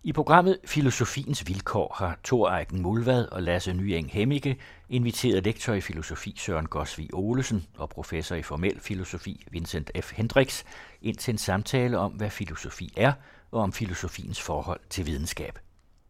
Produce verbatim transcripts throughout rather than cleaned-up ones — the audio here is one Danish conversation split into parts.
I programmet Filosofiens Vilkår har Thor Eiken Mulvad og Lasse Nyeng Hemmige inviteret lektor i filosofi Søren Gosvig Olesen og professor i formel filosofi Vincent F. Hendricks ind til en samtale om, hvad filosofi er, og om filosofiens forhold til videnskab.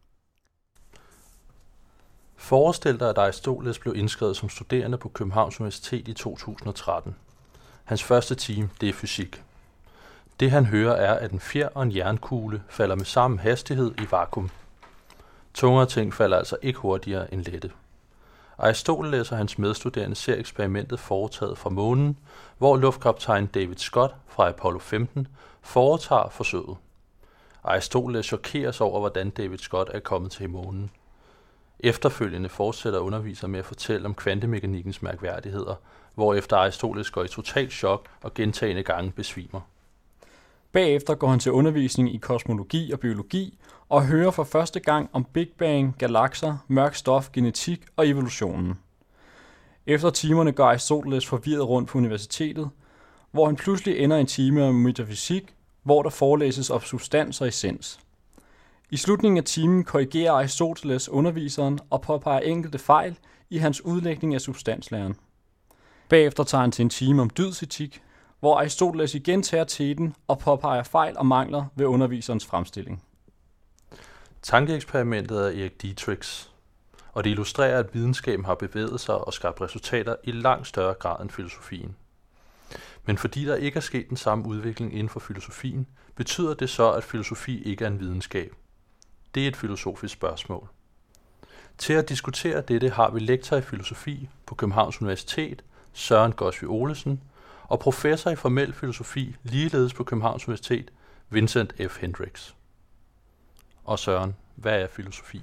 Forestil dig, at Aristoteles blev indskrevet som studerende på Københavns Universitet i to tusind og tretten. Hans første time, det er fysik. Det han hører er, at en fjer og en jernkugle falder med samme hastighed i vakuum. Tungere ting falder altså ikke hurtigere end lette. Aristoteles og hans medstuderende ser eksperimentet foretaget fra månen, hvor luftkaptajn David Scott fra Apollo femten foretager forsøget. Aristoteles chokeres over, hvordan David Scott er kommet til månen. Efterfølgende fortsætter underviseren med at fortælle om kvantemekanikkens mærkværdigheder, hvorefter Aristoteles går i totalt chok og gentagne gange besvimer. Bagefter går han til undervisning i kosmologi og biologi og hører for første gang om Big Bang, galakser, mørk stof, genetik og evolutionen. Efter timerne går Aristoteles forvirret rundt på universitetet, hvor han pludselig ender en time om metafysik, hvor der forelæses om substans og essens. I slutningen af timen korrigerer Aristoteles underviseren og påpeger enkelte fejl i hans udlægning af substanslæren. Bagefter tager han til en time om dydsetik, hvor Aristoteles igen tager teten og påpeger fejl og mangler ved underviserens fremstilling. Tankeeksperimentet er Erik Dietrichs, og det illustrerer, at videnskaben har bevæget sig og skabt resultater i langt større grad end filosofien. Men fordi der ikke er sket den samme udvikling inden for filosofien, betyder det så, at filosofi ikke er en videnskab. Det er et filosofisk spørgsmål. Til at diskutere dette har vi lektor i filosofi på Københavns Universitet, Søren Gosvig Olesen, og professor i formel filosofi, ligeledes på Københavns Universitet, Vincent F. Hendricks. Og Søren, hvad er filosofi?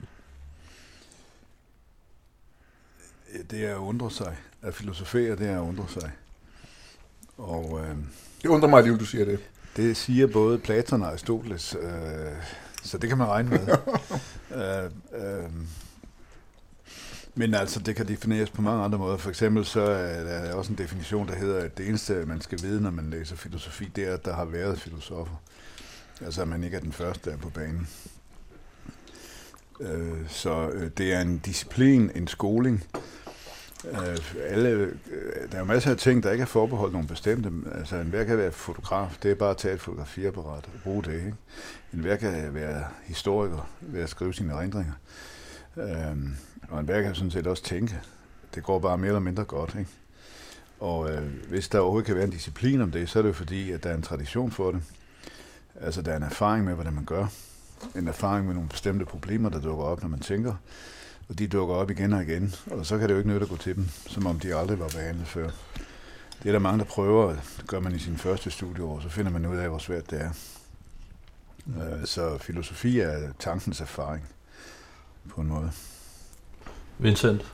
Det er at undre sig. At filosofere, det er at undre sig. Og øh, det undrer mig lige, du siger det. Det siger både Platon og Aristoteles, øh, så det kan man regne med. øh, øh, Men altså, det kan defineres på mange andre måder. For eksempel så er der også en definition, der hedder, at det eneste, man skal vide, når man læser filosofi, det er, at der har været filosofer. Altså, at man ikke er den første, der er på banen. Øh, så øh, det er en disciplin, en skoling. Øh, alle, øh, der er jo masser af ting, der ikke er forbeholdt nogle bestemte. Altså, enhver kan være fotograf. Det er bare at tage et fotografiapparat og bruge det, ikke? Enhver kan være historiker ved at skrive sine erindringer. Øh, Og enhver kan sådan set også tænke. Det går bare mere eller mindre godt, ikke? Og øh, hvis der overhovedet kan være en disciplin om det, så er det jo fordi, at der er en tradition for det. Altså, der er en erfaring med, hvordan man gør. En erfaring med nogle bestemte problemer, der dukker op, når man tænker. Og de dukker op igen og igen. Og så kan det jo ikke nytte at gå til dem, som om de aldrig var behandlet før. Det er der mange, der prøver. Det gør man i sin første studieår, så finder man ud af, hvor svært det er. Øh, så filosofi er tankens erfaring, på en måde. Vincent?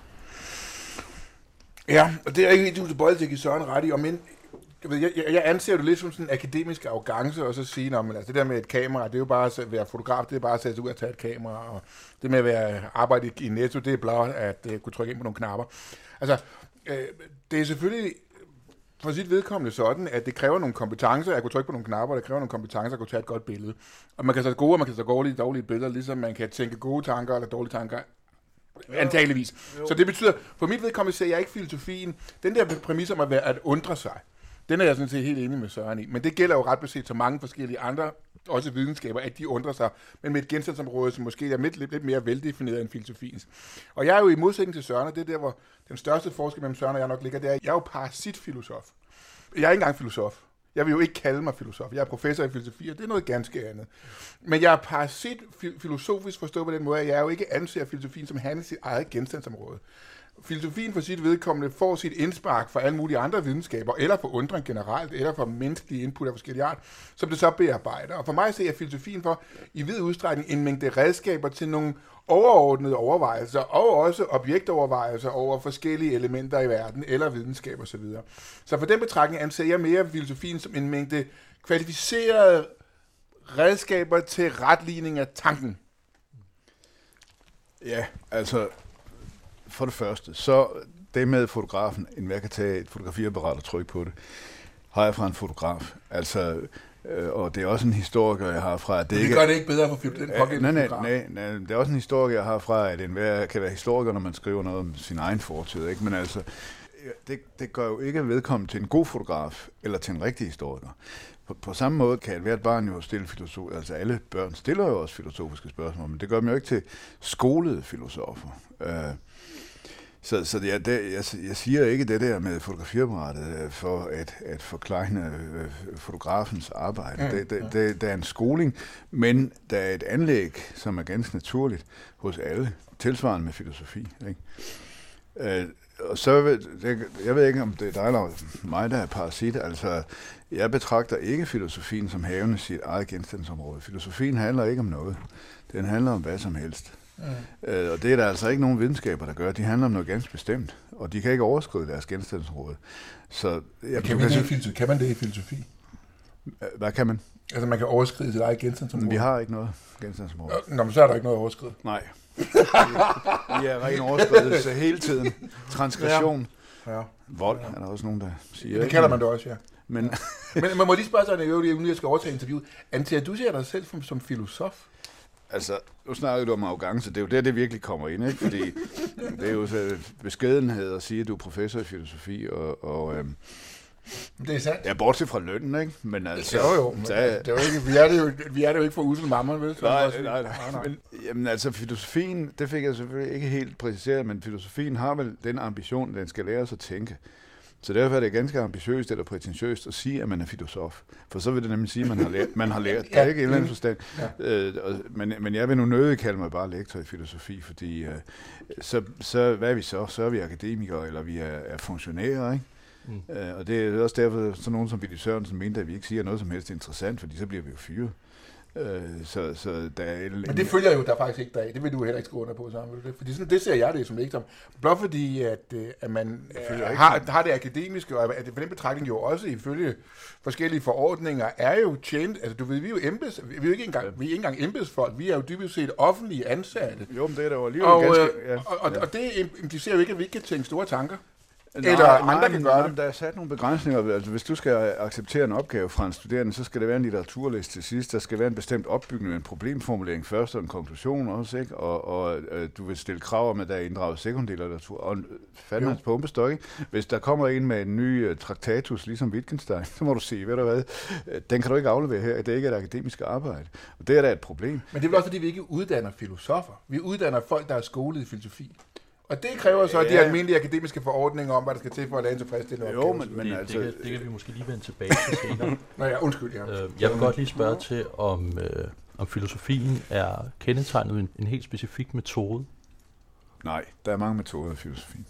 Ja, og det er ikke helt tilbøjelig til at give Søren ret i, men jeg, jeg, jeg anser det lidt som sådan en akademisk arrogance, og så sige, nå, men altså det der med et kamera, det er jo bare at være fotograf, det er bare at sætte sig ud og tage et kamera, og det med at være arbejde i Netto, det er blot at uh, kunne trykke ind på nogle knapper. Altså, øh, det er selvfølgelig for sit vedkommende sådan, at det kræver nogle kompetencer at kunne trykke på nogle knapper, det kræver nogle kompetencer at kunne tage et godt billede. Og man kan tage gode, og man kan tage dårlige, dårlige billeder, ligesom man kan tænke gode tanker eller dårlige tanker. Antageligvis. Så det betyder, for mit vedkommende ser jeg ikke filosofien, den der præmis om at være at undre sig, den er jeg sådan set helt enig med Søren i. Men det gælder jo ret beset så mange forskellige andre, også videnskaber, at de undrer sig, men med et genstandsområde, som måske er lidt, lidt, lidt mere veldefineret end filosofiens. Og jeg er jo i modsætning til Søren, og det er der, hvor den største forskel mellem Søren og jeg nok ligger, det er, jeg er jo parasitfilosof. Jeg er ikke engang filosof. Jeg vil jo ikke kalde mig filosof. Jeg er professor i filosofi, og det er noget ganske andet. Men jeg er parasit filosofisk forstået på den måde, at jeg jo ikke anser filosofien som handel sit eget genstandsområde. Filosofien for sit vedkommende får sit indspark fra alle mulige andre videnskaber, eller for undring generelt, eller for menneskelige input af forskellige art, som det så bearbejder. Og for mig ser jeg filosofien for i vid udstrækning en mængde redskaber til nogle overordnede overvejelser, og også objektovervejelser over forskellige elementer i verden, eller videnskab osv. Så, så for den betragtning anser jeg mere filosofien som en mængde kvalificerede redskaber til retligning af tanken. Ja, altså for det første, så det med fotografen, enhver kan tage et fotografiapparat og trykke på det, har jeg fra en fotograf. Altså, Øh, og det er også en historiker, jeg har fra... At det, det ikke, gør det ikke bedre for den pågældende nej, nej, nej, nej, det er også en historiker, jeg har fra, at enhver kan være historiker, når man skriver noget om sin egen fortid, ikke? Men altså, det, det gør jo ikke vedkommende til en god fotograf, eller til en rigtig historiker. På, på samme måde kan hvert barn jo stille filosof, altså alle børn stiller jo også filosofiske spørgsmål, men det gør dem jo ikke til skolede filosofer. Øh, Så, så ja, det, jeg, jeg siger ikke det der med fotografiapparatet for at, at forklejne øh, fotografens arbejde. Mm, det, det, ja. det, det er en skoling, men der er et anlæg, som er ganske naturligt hos alle, tilsvarende med filosofi. Ikke? Øh, og så, det, jeg ved ikke, om det er dig eller mig, der er parasit. Altså, jeg betragter ikke filosofien som havende sit eget genstandsområde. Filosofien handler ikke om noget. Den handler om hvad som helst. Mm. Øh, og det er der altså ikke nogen videnskaber, der gør. De handler om noget ganske bestemt, og de kan ikke overskride deres genstandsområde. Så, jeg, kan, man det filosofi? kan man det i filosofi? Hvad kan man? Altså, man kan overskride sit eget genstandsområde? Vi har ikke noget genstandsområde. Nå, men så er der ikke noget overskride. Nej. Vi, vi er ren overskridelse hele tiden. Transgression. Ja. Ja. Vold er der også nogen, der siger. Ja, det kalder man det også, ja. Men, men man må lige spørge sig, at jeg skal overtage interviewet. Antager, du ser dig selv som, som filosof? Altså, nu snakker du om arrogance, det er jo der, det virkelig kommer ind, ikke? Fordi det er jo så beskedenhed at sige, at du er professor i filosofi, og... og øhm, det er sandt. Ja, bortset fra lønnen, ikke? Men altså... Jo, jo, men der, det er jo ikke, vi, er det jo, vi er det jo ikke for usel mamma, vel? Nej, nej, nej, nej, nej. Men, jamen altså, filosofien, det fik jeg selvfølgelig ikke helt præciseret, men filosofien har vel den ambition, at den skal lære os at tænke. Så derfor er det ganske ambitiøst eller prætentiøst at sige, at man er filosof. For så vil det nemlig sige, at man har lært. Man har lært. Det er ikke en eller anden forstand. Ja. Øh, og, men, men jeg vil nu nødig kalde mig bare lektor i filosofi, fordi øh, så, så, hvad er vi så? Så er vi akademikere, eller vi er, er funktionærer, ikke? Mm. Øh, og det er også derfor, så nogen som Willy Sørensen mente, at vi ikke siger noget som helst interessant, fordi så bliver vi jo fyret. Øh, så, så der er en, men det følger jo der faktisk ikke deraf. Det vil du heller ikke skrive under på sammen, vil du det? Fordi sådan, det ser jeg det som lektor. Blot fordi, at, at man øh, har, har det akademiske, og at det for den betragtning jo også ifølge forskellige forordninger, er jo tjent, altså du ved, vi er jo embeds, vi er jo ikke engang, vi er ikke engang embedsfolk, vi er jo dybest set offentlige ansatte. Jo, men det er der jo alligevel og, ganske... Ja, og, og, ja. og det implicerer jo ikke, at vi ikke kan tænke store tanker. Nej, eller andre nej, kan gøre det. Der er sat nogle begrænsninger. Altså, hvis du skal acceptere en opgave fra en studerende, så skal det være en litteraturliste til sidst. Der skal være en bestemt opbygning, en problemformulering først, og en konklusion også, ikke? Og, og øh, du vil stille krav om, at der er inddraget sekundærlitteratur. Og fandme hans pumpestok, ikke? Hvis der kommer en med en ny uh, traktatus, ligesom Wittgenstein, så må du se, ved du hvad, den kan du ikke aflevere her. Det er ikke et akademisk arbejde. Og det er da et problem. Men det er vel også, fordi vi ikke uddanner filosofer. Vi uddanner folk, der er skolet i filosofi. Og det kræver så ja. de almindelige akademiske forordninger om, hvad der skal til for at lave en tilfredsstillende opgave. Jo, men, men det, altså... Det kan, det kan vi måske lige vende tilbage til senere. Nå ja, undskyld, ja. Øh, jeg vil godt lige spørge til, om, øh, om filosofien er kendetegnet en, en helt specifik metode. Nej, der er mange metoder i filosofien.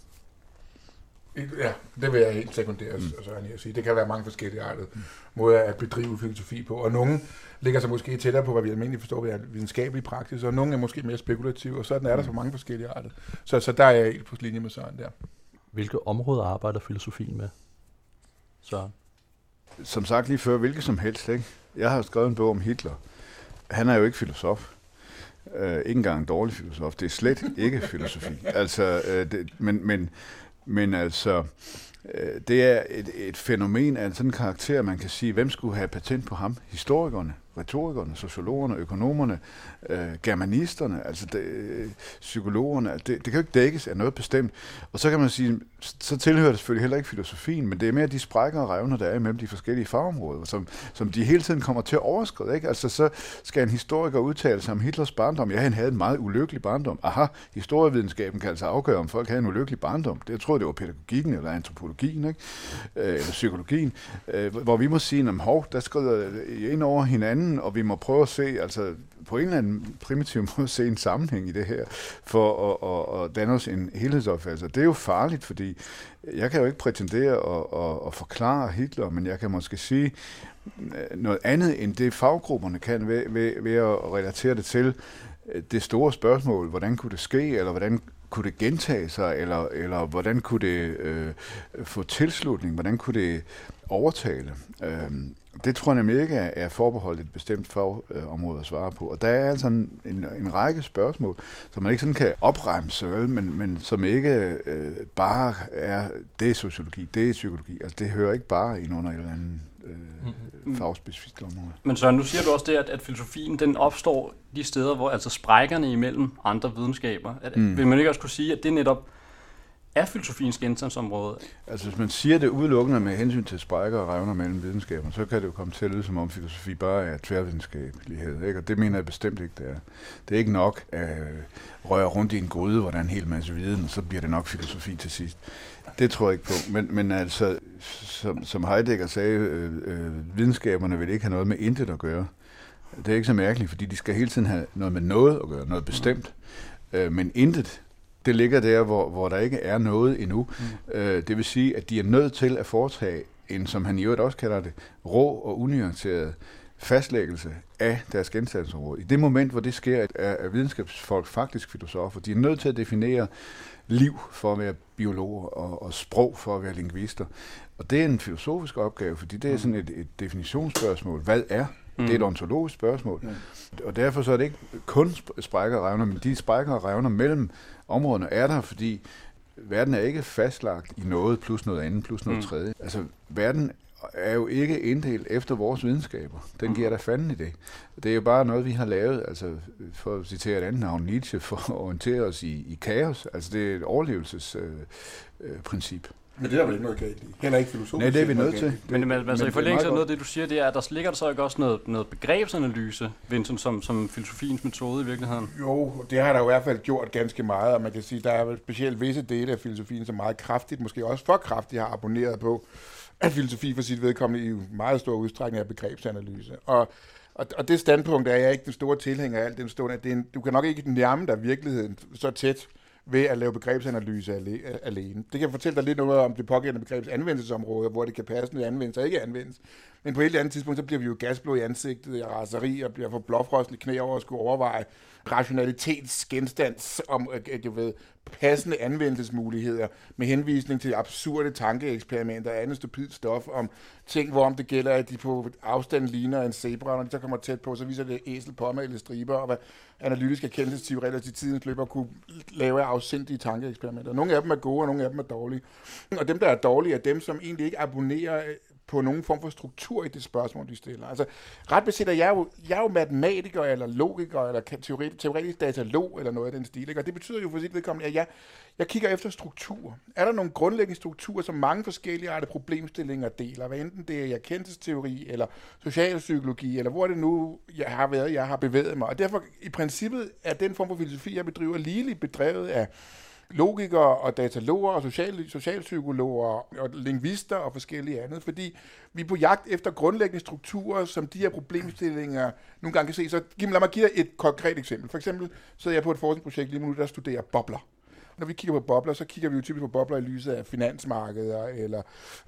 Ja, det vil jeg helt sekundært mm. så jeg sige. Det kan være mange forskellige arter mm. måder at bedrive filosofi på, og nogle ligger sig måske tættere på, hvad vi almindeligt forstår ved videnskabelig praksis, og nogle er måske mere spekulative, og sådan er der så mange forskellige arter. Så, så der er jeg helt på linje med Søren der. Hvilke områder arbejder filosofien med, Søren? Som sagt lige før, hvilket som helst, ikke? Jeg har skrevet en bog om Hitler. Han er jo ikke filosof. Uh, ikke engang en dårlig filosof. Det er slet ikke filosofi. Altså, uh, det, men, men Men altså, øh, det er et, et fænomen af en sådan karakter, man kan sige, hvem skulle have patent på ham? Historikerne, retorikerne, sociologerne, økonomerne, øh, germanisterne, altså det, øh, psykologerne. Det, det kan jo ikke dækkes af noget bestemt. Og så kan man sige, så tilhører det selvfølgelig heller ikke filosofien, men det er mere de sprækker og revner, der er imellem de forskellige fagområder, som, som de hele tiden kommer til at overskride. Ikke? Altså så skal en historiker udtale sig om Hitlers barndom. Ja, han havde en meget ulykkelig barndom. Aha, historievidenskaben kan altså afgøre, om folk havde en ulykkelig barndom. Det, jeg tror, det var pædagogikken eller antropologien, ikke? Øh, eller psykologien, øh, hvor vi må sige, at hov, der skrider ind over hinanden, og vi må prøve at se, altså på en eller anden primitiv måde se en sammenhæng i det her, for at, at, at danne os en helhedsopfattelse. Det er jo farligt, fordi jeg kan jo ikke prætendere at, at, at forklare Hitler, men jeg kan måske sige noget andet, end det faggrupperne kan ved, ved, ved at relatere det til det store spørgsmål, hvordan kunne det ske, eller hvordan kunne det gentage sig, eller, eller hvordan kunne det øh, få tilslutning, hvordan kunne det overtale. Øhm, det tror jeg nemlig ikke er, er forbeholdt et bestemt fagområde at svare på. Og der er altså en, en, en række spørgsmål, som man ikke sådan kan opremse, men, men som ikke øh, bare er, det er sociologi, det er psykologi. Altså det hører ikke bare ind under et eller andet øh, mm. fagspecifikt område. Men Søren, nu siger du også det, at, at filosofien den opstår de steder, hvor altså sprækkerne imellem andre videnskaber. At, mm. Vil man ikke også kunne sige, at det netop er filosofiens genstandsområde? Altså hvis man siger det udelukkende med hensyn til sprækker og revner mellem videnskaber, så kan det jo komme til at lyde som om filosofi bare er tværvidenskabelighed, ikke? Og det mener jeg bestemt ikke, det er. Det er ikke nok at røre rundt i en gryde, hvor der er en hel masse viden, og så bliver det nok filosofi til sidst. Det tror jeg ikke på. Men, men altså, som, som Heidegger sagde, øh, øh, videnskaberne vil ikke have noget med intet at gøre. Det er ikke så mærkeligt, fordi de skal hele tiden have noget med noget at gøre, noget bestemt. Øh, men intet, det ligger der, hvor, hvor der ikke er noget endnu. Mm. Øh, det vil sige, at de er nødt til at foretage en, som han i øvrigt også kalder det, rå og unuanceret fastlæggelse af deres genstandsområde. I det moment, hvor det sker, er videnskabsfolk faktisk filosofer. De er nødt til at definere liv for at være biologer og, og sprog for at være lingvister. Og det er en filosofisk opgave, fordi det er sådan et, et definitionsspørgsmål. Hvad er? Mm. Det er et ontologisk spørgsmål. Mm. Og derfor så er det ikke kun sprækker og revner, men de sprækker og revner mellem områderne er der, fordi verden er ikke fastlagt i noget plus noget andet plus noget mm. tredje. Altså, verden er jo ikke inddelt efter vores videnskaber. Den giver der fanden i det. Det er jo bare noget, vi har lavet, altså for at citere et andet navn, Nietzsche, for at orientere os i, i kaos. Altså det er et overlevelsesprincip. Øh, øh, Men det er vel ikke noget galt i. Heller ikke filosofisk. Nej, det er vi nødt til. Men, men altså, i forlængelse af noget af det, du siger, det er, at der ligger der så ikke også noget, noget begrebsanalyse, Vincent, som, som filosofiens metode i virkeligheden? Jo, det har der jo i hvert fald gjort ganske meget, og man kan sige, der er specielt visse dele af filosofien, som meget kraftigt, måske også for kraftigt, har abonneret på, at filosofi for sit vedkommende i meget stor udstrækning er begrebsanalyse. Og, og, og det standpunkt er jeg ikke den store tilhænger af alt den stund, at det er en, du kan nok ikke nærme dig virkeligheden så tæt ved at lave begrebsanalyse alene. Det kan fortælle dig lidt noget om det pågældende begrebs anvendelsesområde, hvor det kan passende anvendes og ikke anvendes. Men på et eller andet tidspunkt, så bliver vi jo gasblå i ansigtet, og raseri, og bliver for blåfrosne knæ over at skulle overveje rationalitetsgenstands om du ved, passende anvendelsesmuligheder med henvisning til absurde tankeeksperimenter og andet stupidt stof om ting, hvorom det gælder, at de på afstand ligner en zebra, når de så kommer tæt på, så viser det æsel, pomme eller striber, og hvad analytiske erkendelsesteorier til tidens løber kunne lave afsindige tankeeksperimenter. Nogle af dem er gode, og nogle af dem er dårlige. Og dem, der er dårlige, er dem, som egentlig ikke abonnerer på nogen form for struktur i det spørgsmål, de stiller. Altså, ret beset er jeg jo, jeg er jo matematiker, eller logiker, eller teoretisk, teoretisk datalog, eller noget af den stil. Ikke? Og det betyder jo for sit vedkommende, at jeg, jeg kigger efter struktur. Er der nogle grundlæggende strukturer, som mange forskellige arter problemstillinger deler? Hvad enten det er erkendelsesteori, eller socialpsykologi, eller hvor det nu jeg har været, jeg har bevæget mig. Og derfor, i princippet, er den form for filosofi, jeg bedriver, ligeligt bedrevet af logikere og dataloger og social, socialpsykologer og lingvister og forskellige andet, fordi vi er på jagt efter grundlæggende strukturer, som de her problemstillinger nogle gange kan se. Så lad mig give dig et konkret eksempel. For eksempel så er jeg på et forskningsprojekt lige nu, der studerer bobler. Når vi kigger på bobler, så kigger vi jo typisk på bobler i lyset af finansmarkeder eller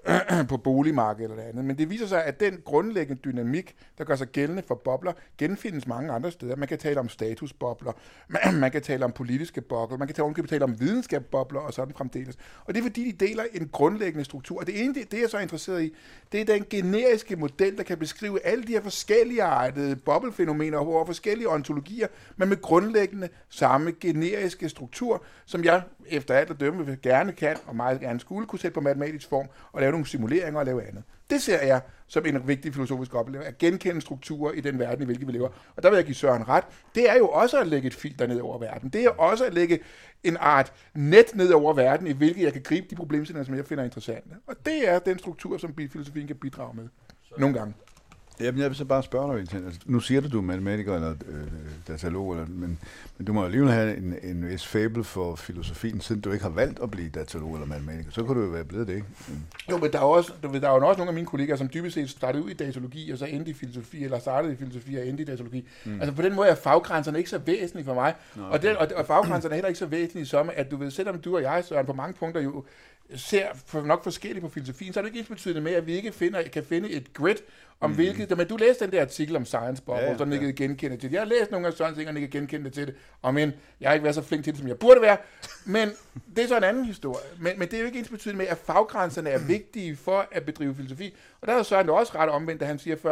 på boligmarkedet eller andet. Men det viser sig, at den grundlæggende dynamik, der gør sig gældende for bobler, genfindes mange andre steder. Man kan tale om statusbobler, man kan tale om politiske bobler, man kan tale om, kan tale om videnskabsbobler og sådan fremdeles. Og det er fordi, de deler en grundlæggende struktur. Og det ene, det, det jeg så er interesseret i, det er den generiske model, der kan beskrive alle de her forskellige artede boblefænomener over forskellige ontologier, men med grundlæggende samme generiske struktur, som jeg efter alt at dømme gerne kan, og meget gerne skulle, kunne sætte på matematisk form, og lave nogle simuleringer og lave andet. Det ser jeg som en vigtig filosofisk oplevelse, at genkende strukturer i den verden, i hvilken vi lever. Og der vil jeg give Søren ret. Det er jo også at lægge et filter ned over verden. Det er også at lægge en art net ned over verden, i hvilket jeg kan gribe de problemstillinger, som jeg finder interessante. Og det er den struktur, som filosofien kan bidrage med. Nogle gange. Jamen, jeg vil så bare spørge dig, Vincent. Altså, nu siger du, du er matematiker eller øh, datalog, eller, men, men du må alligevel have en, en vis fabel for filosofien, siden du ikke har valgt at blive datalog eller matematiker. Så kunne du jo være blevet det, ikke? Mm. Jo, men der er, også, der er jo også nogle af mine kolleger, som dybest set startede ud i datalogi, og så endte i filosofi, eller startede i filosofi og endte i datalogi. Mm. Altså på den måde er faggrænserne ikke så væsentlige for mig. Nå, okay. og, den, og, og faggrænserne er heller ikke så væsentlige som, at du ved, selvom du og jeg, Søren, på mange punkter jo ser for, nok forskelligt på filosofien, så er det ikke ensbetydende med, at vi ikke finder, kan finde et grid om mm. hvilket... Men du læste den der artikel om science bubble, ja, så den ikke ja. genkende til det. Jeg har læst nogle af sådan ting, og ikke genkende til det. Og men, jeg har ikke været så flink til det, som jeg burde være. Men det er så en anden historie. Men, men det er jo ikke ensbetydende med, at faggrænserne er vigtige for at bedrive filosofi. Og der er Søren også ret omvendt, da han siger før,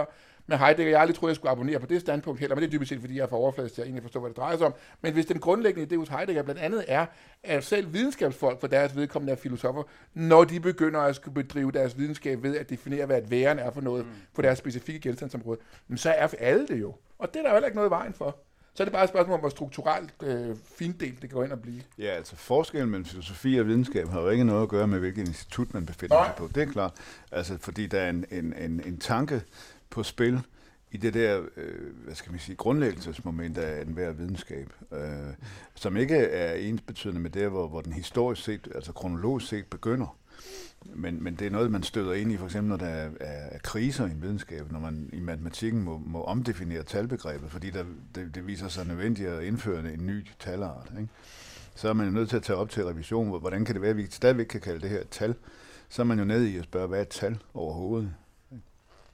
med Heidegger. Jeg aldrig troede, jeg skulle abonnere på det standpunkt heller, men det er dybest set, fordi jeg er for overfladisk til at egentlig forstå, hvad det drejer sig om. Men hvis den grundlæggende idé hos Heidegger blandt andet er, at selv videnskabsfolk for deres vedkommende er filosofer, når de begynder at skulle bedrive deres videnskab ved at definere, hvad et væren er for noget mm. på deres specifikke genstandsområde, så er alle det jo. Og det er der jo heller ikke noget i vejen for. Så er det bare et spørgsmål om, hvor strukturelt øh, findelt det går ind og blive. Ja, altså forskellen mellem filosofi og videnskab har jo ikke noget at gøre med, hvilket institut man befinder Nej. sig på. Det er klart, altså, fordi der er en, en, en, en tanke på spil i det der, øh, hvad skal man sige, grundlæggelsesmoment af enhver videnskab, øh, som ikke er ensbetydende med det, hvor, hvor den historisk set, altså kronologisk set begynder. Men, men det er noget, man støder ind i, for eksempel når der er, er kriser i en videnskab, når man i matematikken må, må omdefinere talbegrebet, fordi der, det, det viser sig nødvendigt at indføre en ny talart. Ikke? Så er man jo nødt til at tage op til revision, hvordan kan det være, at vi stadigvæk kan kalde det her et tal. Så er man jo nede i at spørge, hvad er et tal overhovedet? Ikke?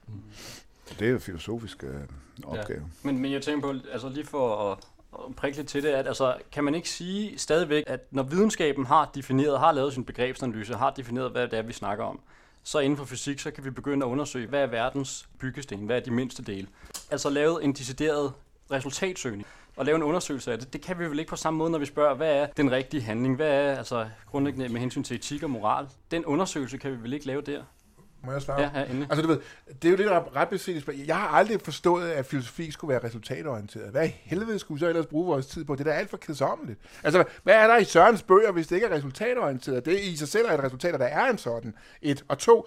Det er jo filosofisk øh, opgave. Ja. Men, men jeg tænker på, altså lige for at og prikke lidt til det, at altså, kan man ikke sige stadigvæk, at når videnskaben har defineret, har lavet sin begrebsanalyse, har defineret, hvad det er, vi snakker om, så inden for fysik, så kan vi begynde at undersøge, hvad er verdens byggesten, hvad er de mindste dele. Altså lavet en decideret resultatsøgning og lave en undersøgelse af det, det kan vi vel ikke på samme måde, når vi spørger, hvad er den rigtige handling, hvad er altså grundlæggende med hensyn til etik og moral. Den undersøgelse kan vi vel ikke lave der. Må jeg svare? Ja, ja, endelig. Altså, du ved, det er jo det, der er ret besiddet. Jeg har aldrig forstået, at filosofi skulle være resultatorienteret. Hvad i helvede skulle vi så ellers bruge vores tid på? Det er da alt for kedsommeligt. Altså, hvad er der i Sørens bøger, hvis det ikke er resultatorienteret? Det i sig selv er et resultat, at der er en sådan. Et. Og to,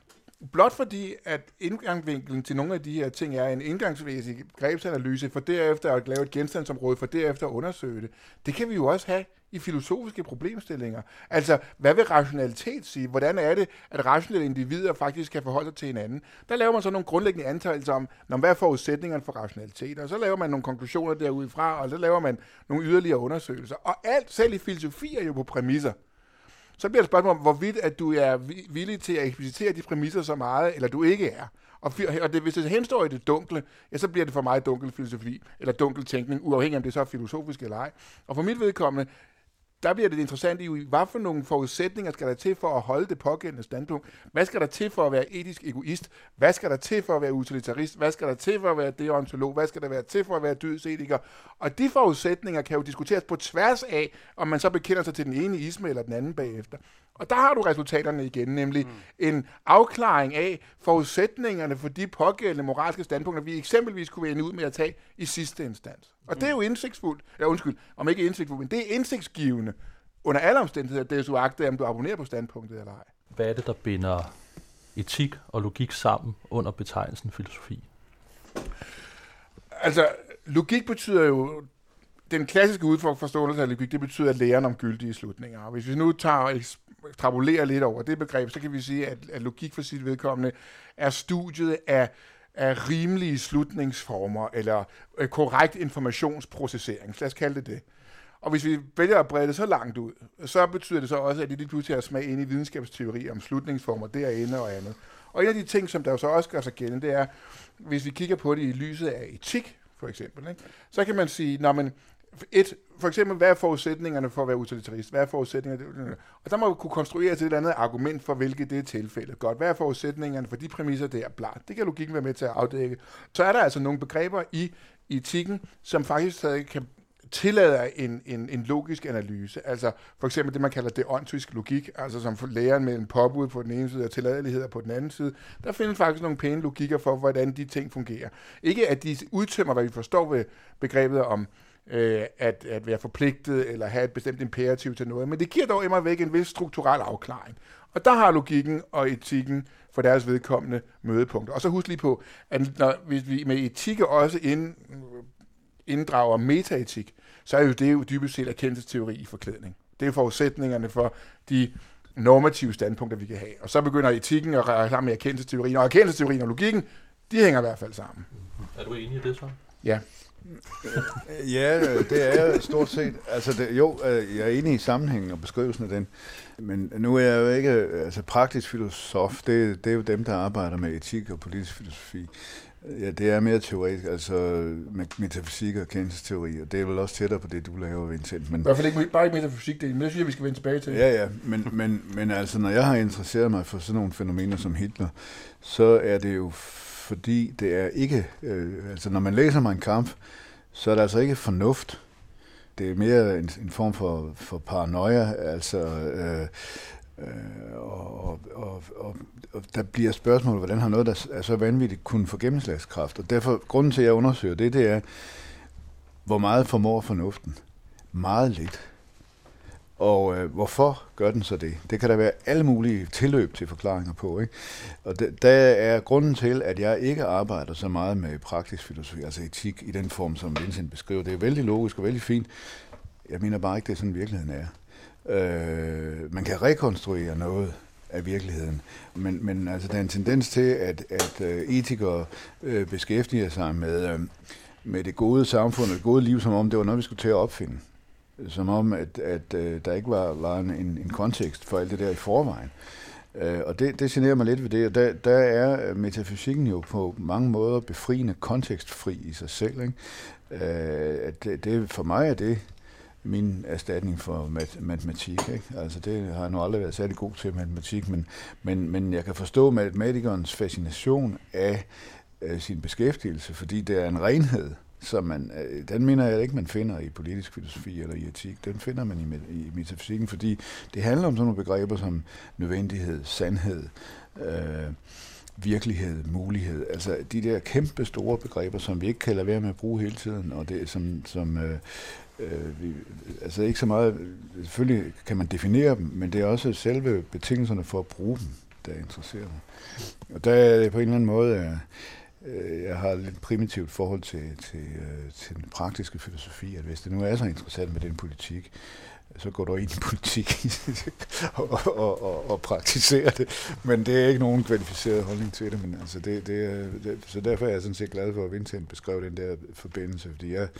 blot fordi, at indgangsvinkelen til nogle af de her ting er en indgangsmæssig begrebsanalyse, for derefter at lave et genstandsområde, for derefter at undersøge det. Det kan vi jo også have i filosofiske problemstillinger. Altså, hvad vil rationalitet sige? Hvordan er det, at rationelle individer faktisk kan forholde sig til hinanden? Der laver man så nogle grundlæggende antagelser om, når hvad er forudsætningerne for rationalitet, og så laver man nogle konklusioner derudfra, og så laver man nogle yderligere undersøgelser. Og alt, selv i filosofi, er jo på præmisser. Så bliver det spørgsmål om, hvorvidt at du er villig til at eksplicitere de præmisser så meget, eller du ikke er. Og, og det, hvis det henstår i det dunkle, ja, så bliver det for mig dunkel filosofi, eller dunkel tænkning, uafhængig om det så er filosofisk eller ej. Og for mit vedkommende, der bliver det interessant i, hvad for nogle forudsætninger skal der til for at holde det pågældende standpunkt? Hvad skal der til for at være etisk egoist? Hvad skal der til for at være utilitarist? Hvad skal der til for at være deontolog? Hvad skal der være til for at være dydsetiker? Og de forudsætninger kan jo diskuteres på tværs af, om man så bekender sig til den ene isme eller den anden bagefter. Og der har du resultaterne igen, nemlig mm. en afklaring af forudsætningerne for de pågældende moralske standpunkter, vi eksempelvis kunne ende ud med at tage i sidste instans. Og det er jo indsigtsfuldt, eller undskyld, om ikke indsigtsfuldt, men det er indsigtsgivende under alle omstændigheder, det er så agtet, om du abonnerer på standpunktet eller ej. Hvad er det, der binder etik og logik sammen under betegnelsen filosofi? Altså, logik betyder jo, den klassiske udforståelse af logik, det betyder at læren om gyldige slutninger. Og hvis vi nu tager og ekstrapolerer lidt over det begreb, så kan vi sige, at, at logik for sit vedkommende er studiet af, af rimelige slutningsformer, eller øh, korrekt informationsprocessering. Lad os kalde det det. Og hvis vi vælger at brede det så langt ud, så betyder det så også, at det lige pludselig har smag ind i videnskabsteori om slutningsformer derinde og andet. Og en af de ting, som der jo så også gør sig gældende, det er, hvis vi kigger på det i lyset af etik, for eksempel, ikke? Så kan man sige, når man et, for eksempel, hvad er forudsætningerne for at være utilitarist? Hvad er forudsætningerne? Og der må vi kunne konstruere til et eller andet argument for, hvilket det er tilfældet. Godt, hvad er forudsætningerne for de præmisser, det er bla? Det kan logikken være med til at afdække. Så er der altså nogle begreber i etikken, som faktisk stadig kan tillade en, en, en logisk analyse. Altså for eksempel det, man kalder deontisk logik, altså som læren mellem påbud på den ene side og tilladeligheder på den anden side. Der findes faktisk nogle pæne logikker for, hvordan de ting fungerer. Ikke at de udtømmer, hvad vi forstår ved begrebet om øh, at, at være forpligtet eller have et bestemt imperativ til noget, men det giver dog immer væk en vis strukturel afklaring. Og der har logikken og etikken for deres vedkommende mødepunkter. Og så husk lige på, at når, hvis vi med etik også ind, inddrager metaetik, så er jo det jo dybest set erkendelsesteori i forklædning. Det er forudsætningerne for de normative standpunkter, vi kan have. Og så begynder etikken at række sammen med erkendelsesteorien, og erkendelsesteorien og logikken, de hænger i hvert fald sammen. Er du enig i det så? Ja. Ja, det er jeg stort set. Altså det, jo, jeg er enig i sammenhængen og beskrivelsen af den. Men nu er jeg jo ikke altså praktisk filosof. Det, det er jo dem, der arbejder med etik og politisk filosofi. Ja, det er mere teoretisk, altså metafysik og erkendelsesteori, og det er vel også tættere på det, du laver, Vincent. Men, I hvert fald ikke, bare ikke metafysik, det, men det synes jeg, vi skal vende tilbage til. Ja, ja, men, men, men altså, når jeg har interesseret mig for sådan nogle fænomener som Hitler, så er det jo fordi det er ikke, øh, altså når man læser Mein Kampf, så er det altså ikke fornuft. Det er mere en, en form for, for paranoia, altså øh, øh, og, og, og, og, og der bliver spørgsmål, hvordan har noget, der er så vanvittigt, kunne få gennemslagskraft. Og derfor, grunden til, at jeg undersøger det, det er, hvor meget formår fornuften. Meget lidt. Og øh, hvorfor gør den så det? Det kan der være alle mulige tilløb til forklaringer på, ikke? Og det, der er grunden til, at jeg ikke arbejder så meget med praktisk filosofi, altså etik, i den form, som Vincent beskriver. Det er vældig logisk og vældig fint. Jeg mener bare ikke, det er sådan, virkeligheden er. Øh, man kan rekonstruere noget af virkeligheden, men, men altså, der er en tendens til, at, at øh, etikere øh, beskæftiger sig med, øh, med det gode samfund og det gode liv, som om det var noget, vi skulle til at opfinde. Som om, at, at øh, der ikke var, var en, en kontekst for alt det der i forvejen. Øh, og det, det generer mig lidt ved det, og der, der er metafysikken jo på mange måder befriende kontekstfri i sig selv. Ikke? Øh, at det, det, for mig er det min erstatning for mat, matematik. Ikke? Altså det har jeg nu aldrig været særlig god til matematik, men, men, men jeg kan forstå matematikernes fascination af øh, sin beskæftigelse, fordi det er en renhed, så man, den mener jeg ikke, man finder i politisk filosofi eller i etik. Den finder man i, i metafysikken, fordi det handler om sådan nogle begreber som nødvendighed, sandhed, øh, virkelighed, mulighed. Altså de der kæmpe store begreber, som vi ikke kan lade være med at bruge hele tiden, og det som, som øh, øh, vi, altså ikke så meget, selvfølgelig kan man definere dem, men det er også selve betingelserne for at bruge dem, der interesserer mig. Og der er det på en eller anden måde, jeg har et lidt primitivt forhold til, til, til den praktiske filosofi, at hvis det nu er så interessant med den politik, så går du ind i politik og, og, og, og praktiserer det. Men det er ikke nogen kvalificeret holdning til det. Men altså det, det, det, så derfor er jeg sådan set glad for, at Vincent beskrev den der forbindelse, fordi jeg,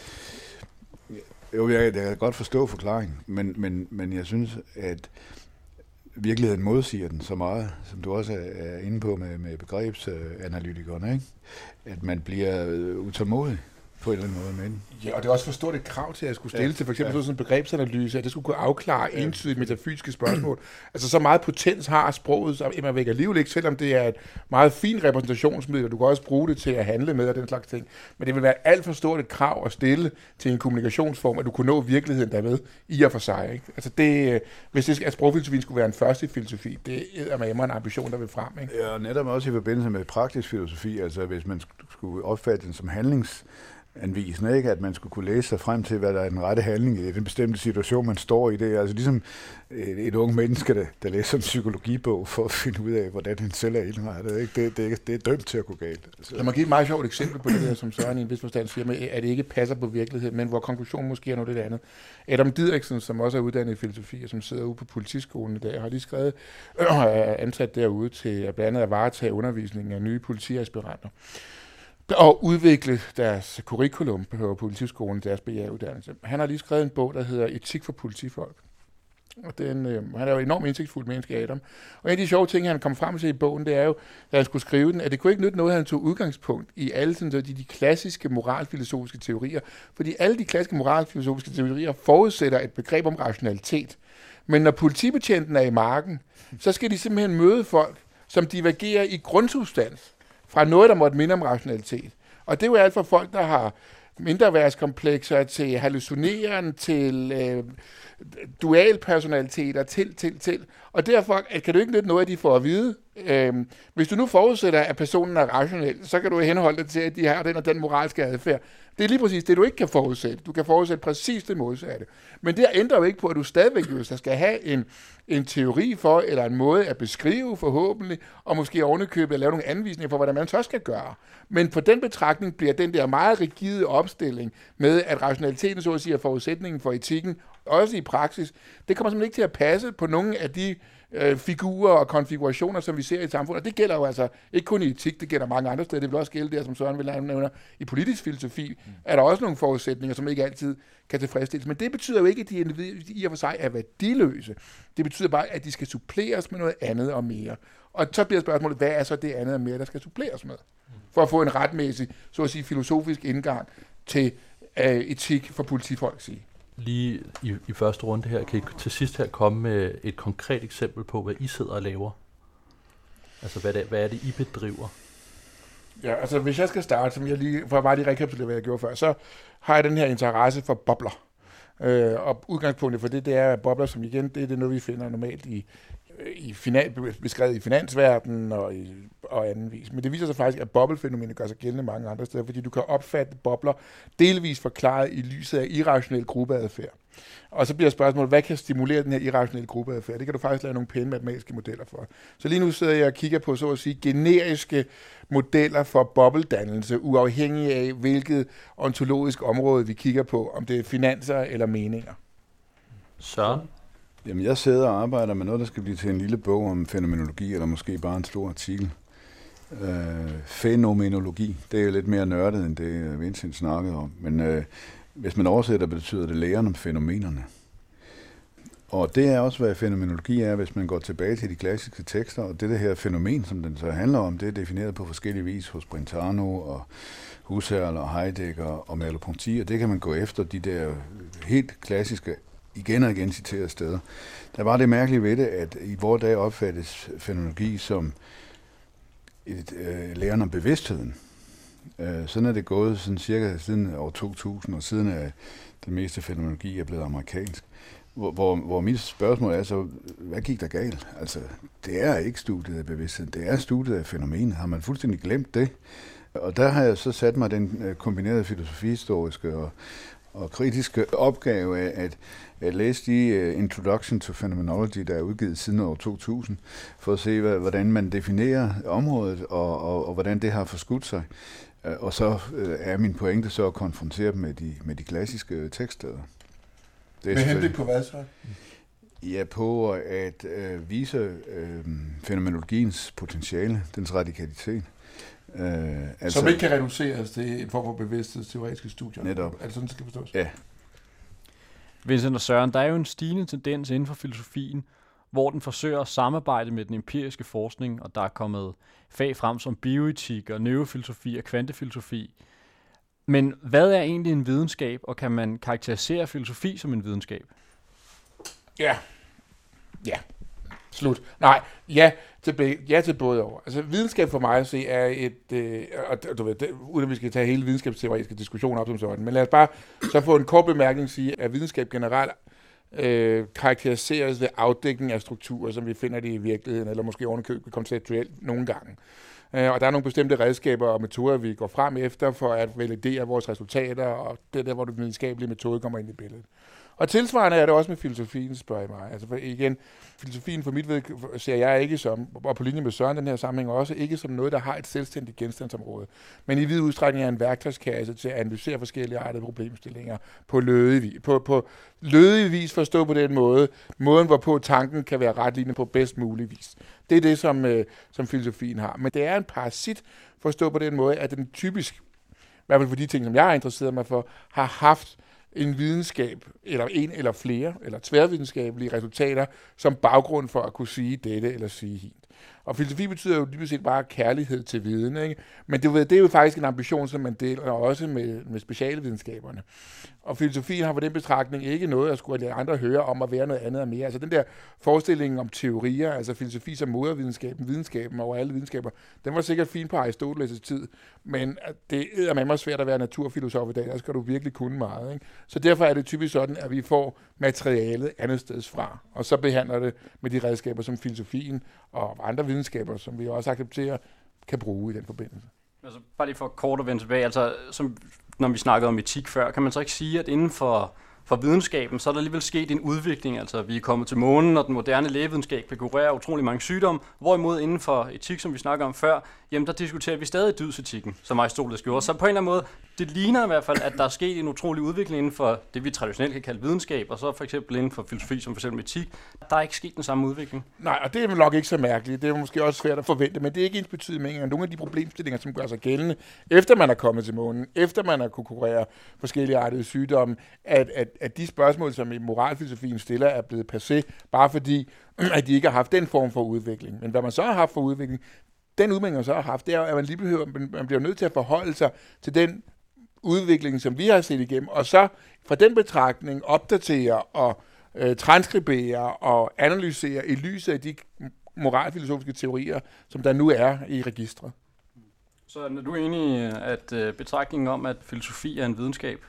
jo, jeg, jeg kan godt forstå forklaringen, men, men, men jeg synes, at virkeligheden modsiger den så meget, som du også er inde på med, med begrebsanalytikerne, ikke? At man bliver utålmodig på en eller anden måde med den. Ja, og det er også for stort et krav til, at jeg skulle stille ja, til for eksempel ja. sådan en begrebsanalyse, at det skulle kunne afklare ja. entydigt metafysiske spørgsmål. Altså så meget potens har sproget, så man vækker alligevel ikke, selvom det er et meget fint repræsentationsmiddel, og du kan også bruge det til at handle med og den slags ting. Men det vil være alt for stort et krav at stille til en kommunikationsform, at du kunne nå virkeligheden derved i og for sig. Ikke? Altså det, hvis det, at sprogfilosofien skulle være en første filosofi, det er med en ambition, der vil frem. Ikke? Ja, og netop også i forbindelse med praktisk filosofi, altså hvis man skulle opfatte den som handlings anvisende, ikke? At man skulle kunne læse sig frem til, hvad der er den rette handling i den bestemte situation, man står i. Det er altså ligesom et, et unge menneske, der, der læser en psykologibog for at finde ud af, hvordan han selv er indrettet. Ikke? Det, det, det er dømt til at gå galt. Altså. Lad mig give et meget sjovt eksempel på det der, som Søren i en vis forstand siger, med, at det ikke passer på virkeligheden, men hvor konklusionen måske er noget lidt andet. Adam Didriksen, som også er uddannet i filosofi, og som sidder ude på politiskolen i dag, har lige skrevet øh, ansat derude til at blandt andet at varetage undervisningen af nye politiaspiranter og udvikle deres curriculum på politiskolen, deres B A-uddannelse. Han har lige skrevet en bog, der hedder Etik for politifolk. Og den, øh, han er jo enormt indsigtsfuld menneske, Adam. Og en af de sjove ting, han kom frem til i bogen, det er jo, da han skulle skrive den, at det kunne ikke nytte noget, at han tog udgangspunkt i alle sådan, de, de klassiske moralfilosofiske teorier. Fordi alle de klassiske moralfilosofiske teorier forudsætter et begreb om rationalitet. Men når politibetjenten er i marken, så skal de simpelthen møde folk, som divergerer i grundsubstans fra noget, der måtte minde om rationalitet. Og det er jo alt fra folk, der har mindreværdskomplekser, til hallucineren, til øh, dualpersonaliteter, til, til, til. Og derfor kan du ikke nytte noget, at de får at vide. Øh, hvis du nu forudsætter, at personen er rationel, så kan du henholde dig til, at de har den og den moralske adfærd. Det er lige præcis det, du ikke kan forudsætte. Du kan forudsætte præcis det modsatte. Men det ændrer jo ikke på, at du stadigvæk der skal have en, en teori for, eller en måde at beskrive forhåbentlig, og måske ovenikøbet at lave nogle anvisninger for, hvordan man så skal gøre. Men på den betragtning bliver den der meget rigide opstilling med, at rationaliteten så at sige er forudsætningen for etikken, også i praksis, det kommer simpelthen ikke til at passe på nogle af de øh, figurer og konfigurationer, som vi ser i samfundet. Og det gælder jo altså ikke kun i etik, det gælder mange andre steder. Det vil også gælde der, som Søren vil nævne, i politisk filosofi, mm. er der også nogle forudsætninger, som ikke altid kan tilfredsstilles. Men det betyder jo ikke, at de individer i og for sig er værdiløse. Det betyder bare, at de skal suppleres med noget andet og mere. Og så bliver spørgsmålet, hvad er så det andet og mere, der skal suppleres med? For at få en retmæssig, så at sige, filosofisk indgang til øh, etik for politifolk, sige. Lige i, i første runde her, kan I til sidst her komme med et konkret eksempel på, hvad I sidder og laver? Altså, hvad, det, hvad er det, I bedriver? Ja, altså hvis jeg skal starte, som jeg lige, for at bare lige rekapitulere, hvad jeg gjorde før, så har jeg den her interesse for bobler. Øh, og udgangspunktet for det, det er bobler, som igen, det er det noget, vi finder normalt i, i finan, beskrevet i finansverdenen og, i, og anden vis. Men det viser sig faktisk, at boblefænomenet gør sig gældende mange andre steder, fordi du kan opfatte bobler delvis forklaret i lyset af irrationel gruppeadfærd. Og så bliver spørgsmålet, hvad kan stimulere den her irrationelle gruppeadfærd? Det kan du faktisk lave nogle pæne matematiske modeller for. Så lige nu sidder jeg og kigger på, så at sige, generiske modeller for bobledannelse, uafhængig af, hvilket ontologisk område vi kigger på, om det er finanser eller meninger. Søren? Jamen, jeg sidder og arbejder med noget, der skal blive til en lille bog om fænomenologi, eller måske bare en stor artikel. Øh, fænomenologi, det er jo lidt mere nørdet, end det Vincent snakkede om. Men øh, hvis man oversætter, betyder det læren om fænomenerne. Og det er også, hvad fænomenologi er, hvis man går tilbage til de klassiske tekster. Og det, det her fænomen, som den så handler om, det er defineret på forskellige vis hos Brentano og Husserl og Heidegger og Merleau-Ponty. Og det kan man gå efter de der helt klassiske, igen og igen citerede steder. Der var det mærkelige ved det, at i vores dag opfattes fænomenologi som et øh, læren om bevidstheden. Øh, sådan er det gået sådan cirka siden år to tusind, og siden er den meste fænomenologi er blevet amerikansk. Hvor, hvor, hvor mit spørgsmål er så, hvad gik der galt? Altså, det er ikke studiet af bevidstheden, det er studiet af fænomenet. Har man fuldstændig glemt det? Og der har jeg så sat mig den øh, kombinerede filosofihistoriske og, og kritiske opgave af at, at læse de uh, Introduction to Phenomenology, der er udgivet siden år to tusind, for at se, hvad, hvordan man definerer området, og, og, og hvordan det har forskudt sig. Uh, og så uh, er min pointe så at konfrontere dem med de, med de klassiske tekststeder. Med henblik på hvad så? Ja, på at uh, vise uh, fænomenologiens potentiale, dens radikalitet. Uh, altså, som ikke kan reduceres til en form for bevidsthedsteoretiske studier. Netop. Er det sådan, det skal forstås? Ja. Vincent og Søren, der er jo en stigende tendens inden for filosofien, hvor den forsøger at samarbejde med den empiriske forskning, og der er kommet fag frem som bioetik og neurofilosofi og kvantefilosofi. Men hvad er egentlig en videnskab, og kan man karakterisere filosofi som en videnskab? Ja. Ja. Slut. Nej, ja til, be- ja til både over. Altså videnskab for mig at se er et, øh, og du ved, det, uden at vi skal tage hele videnskabsteoretiske diskussioner op som sådan, men lad os bare så få en kort bemærkning sige, at videnskab generelt øh, karakteriseres ved afdækning af strukturer, som vi finder det i virkeligheden, eller måske ovenikøbet konceptuelt nogle gange. Øh, og der er nogle bestemte redskaber og metoder, vi går frem efter for at validere vores resultater, og det er der, hvor den videnskabelige metode kommer ind i billedet. Og tilsvarende er det også med filosofien, spørger jeg mig. Altså for igen, filosofien for mit vedkommende ser jeg ikke som, og på linje med Søren den her sammenhæng også, ikke som noget, der har et selvstændigt genstandsområde, men i vid udstrækning er en værktøjskasse til at analysere forskellige artede problemstillinger på lødig vis. På, på lødig vis forstå på den måde, måden hvorpå tanken kan være retlignende på bedst mulig vis. Det er det, som, øh, som filosofien har. Men det er en parasit forstå på den måde, at den typisk, i hvert fald for de ting, som jeg har interesseret mig for, har haft en videnskab, eller en eller flere, eller tværvidenskabelige resultater, som baggrund for at kunne sige dette eller sige hint. Og filosofi betyder jo dybest set bare kærlighed til viden, ikke? Men det, det er jo faktisk en ambition, som man deler også med, med specialvidenskaberne. Og filosofien har på den betragtning ikke noget at skulle lade andre høre om at være noget andet og mere. Altså den der forestilling om teorier, altså filosofi som modervidenskaben, videnskaben over alle videnskaber, den var sikkert fin på Aristoteles' tid, men det er med mig svært at være naturfilosof i dag, der skal du virkelig kunne meget, ikke? Så derfor er det typisk sådan, at vi får materialet andet steds fra, og så behandler det med de redskaber, som filosofien og andre videnskaber, som vi også accepterer, kan bruge i den forbindelse. Altså bare lige for kort at vende tilbage, altså som når vi snakkede om etik før, kan man så ikke sige, at inden for, for videnskaben, så er der alligevel sket en udvikling, altså vi er kommet til månen, og den moderne lægevidenskab kan kurere utrolig mange sygdomme, hvorimod inden for etik, som vi snakker om før, jamen der diskuterer vi stadig dydsetikken, som Aristoteles gjorde. Så på en eller anden måde, det ligner i hvert fald, at der er sket en utrolig udvikling inden for det, vi traditionelt kan kalde videnskab, og så for eksempel inden for filosofi, som for eksempel etik. Der er ikke sket den samme udvikling. Nej, og det er nok ikke så mærkeligt. Det er måske også svært at forvente, men det er ikke ensbetydende med, at nogle af de problemstillinger, som gør sig gældende, efter man er kommet til månen, efter man har kunne kurere forskellige artede sygdomme, at, at, at de spørgsmål, som i moralfilosofien stiller, er blevet passé, bare fordi, at de ikke har haft den form for udvikling. Men hvad man så har haft for udvikling, den udvikling, man så har haft, det er, at man lige behøver, man bliver nødt til at forholde sig til den udvikling, som vi har set igennem, og så fra den betragtning opdatere og øh, transkribere og analysere i lyset af de moralfilosofiske teorier, som der nu er i registret. Så er du enig i, at øh, betragtningen om, at filosofi er en videnskab?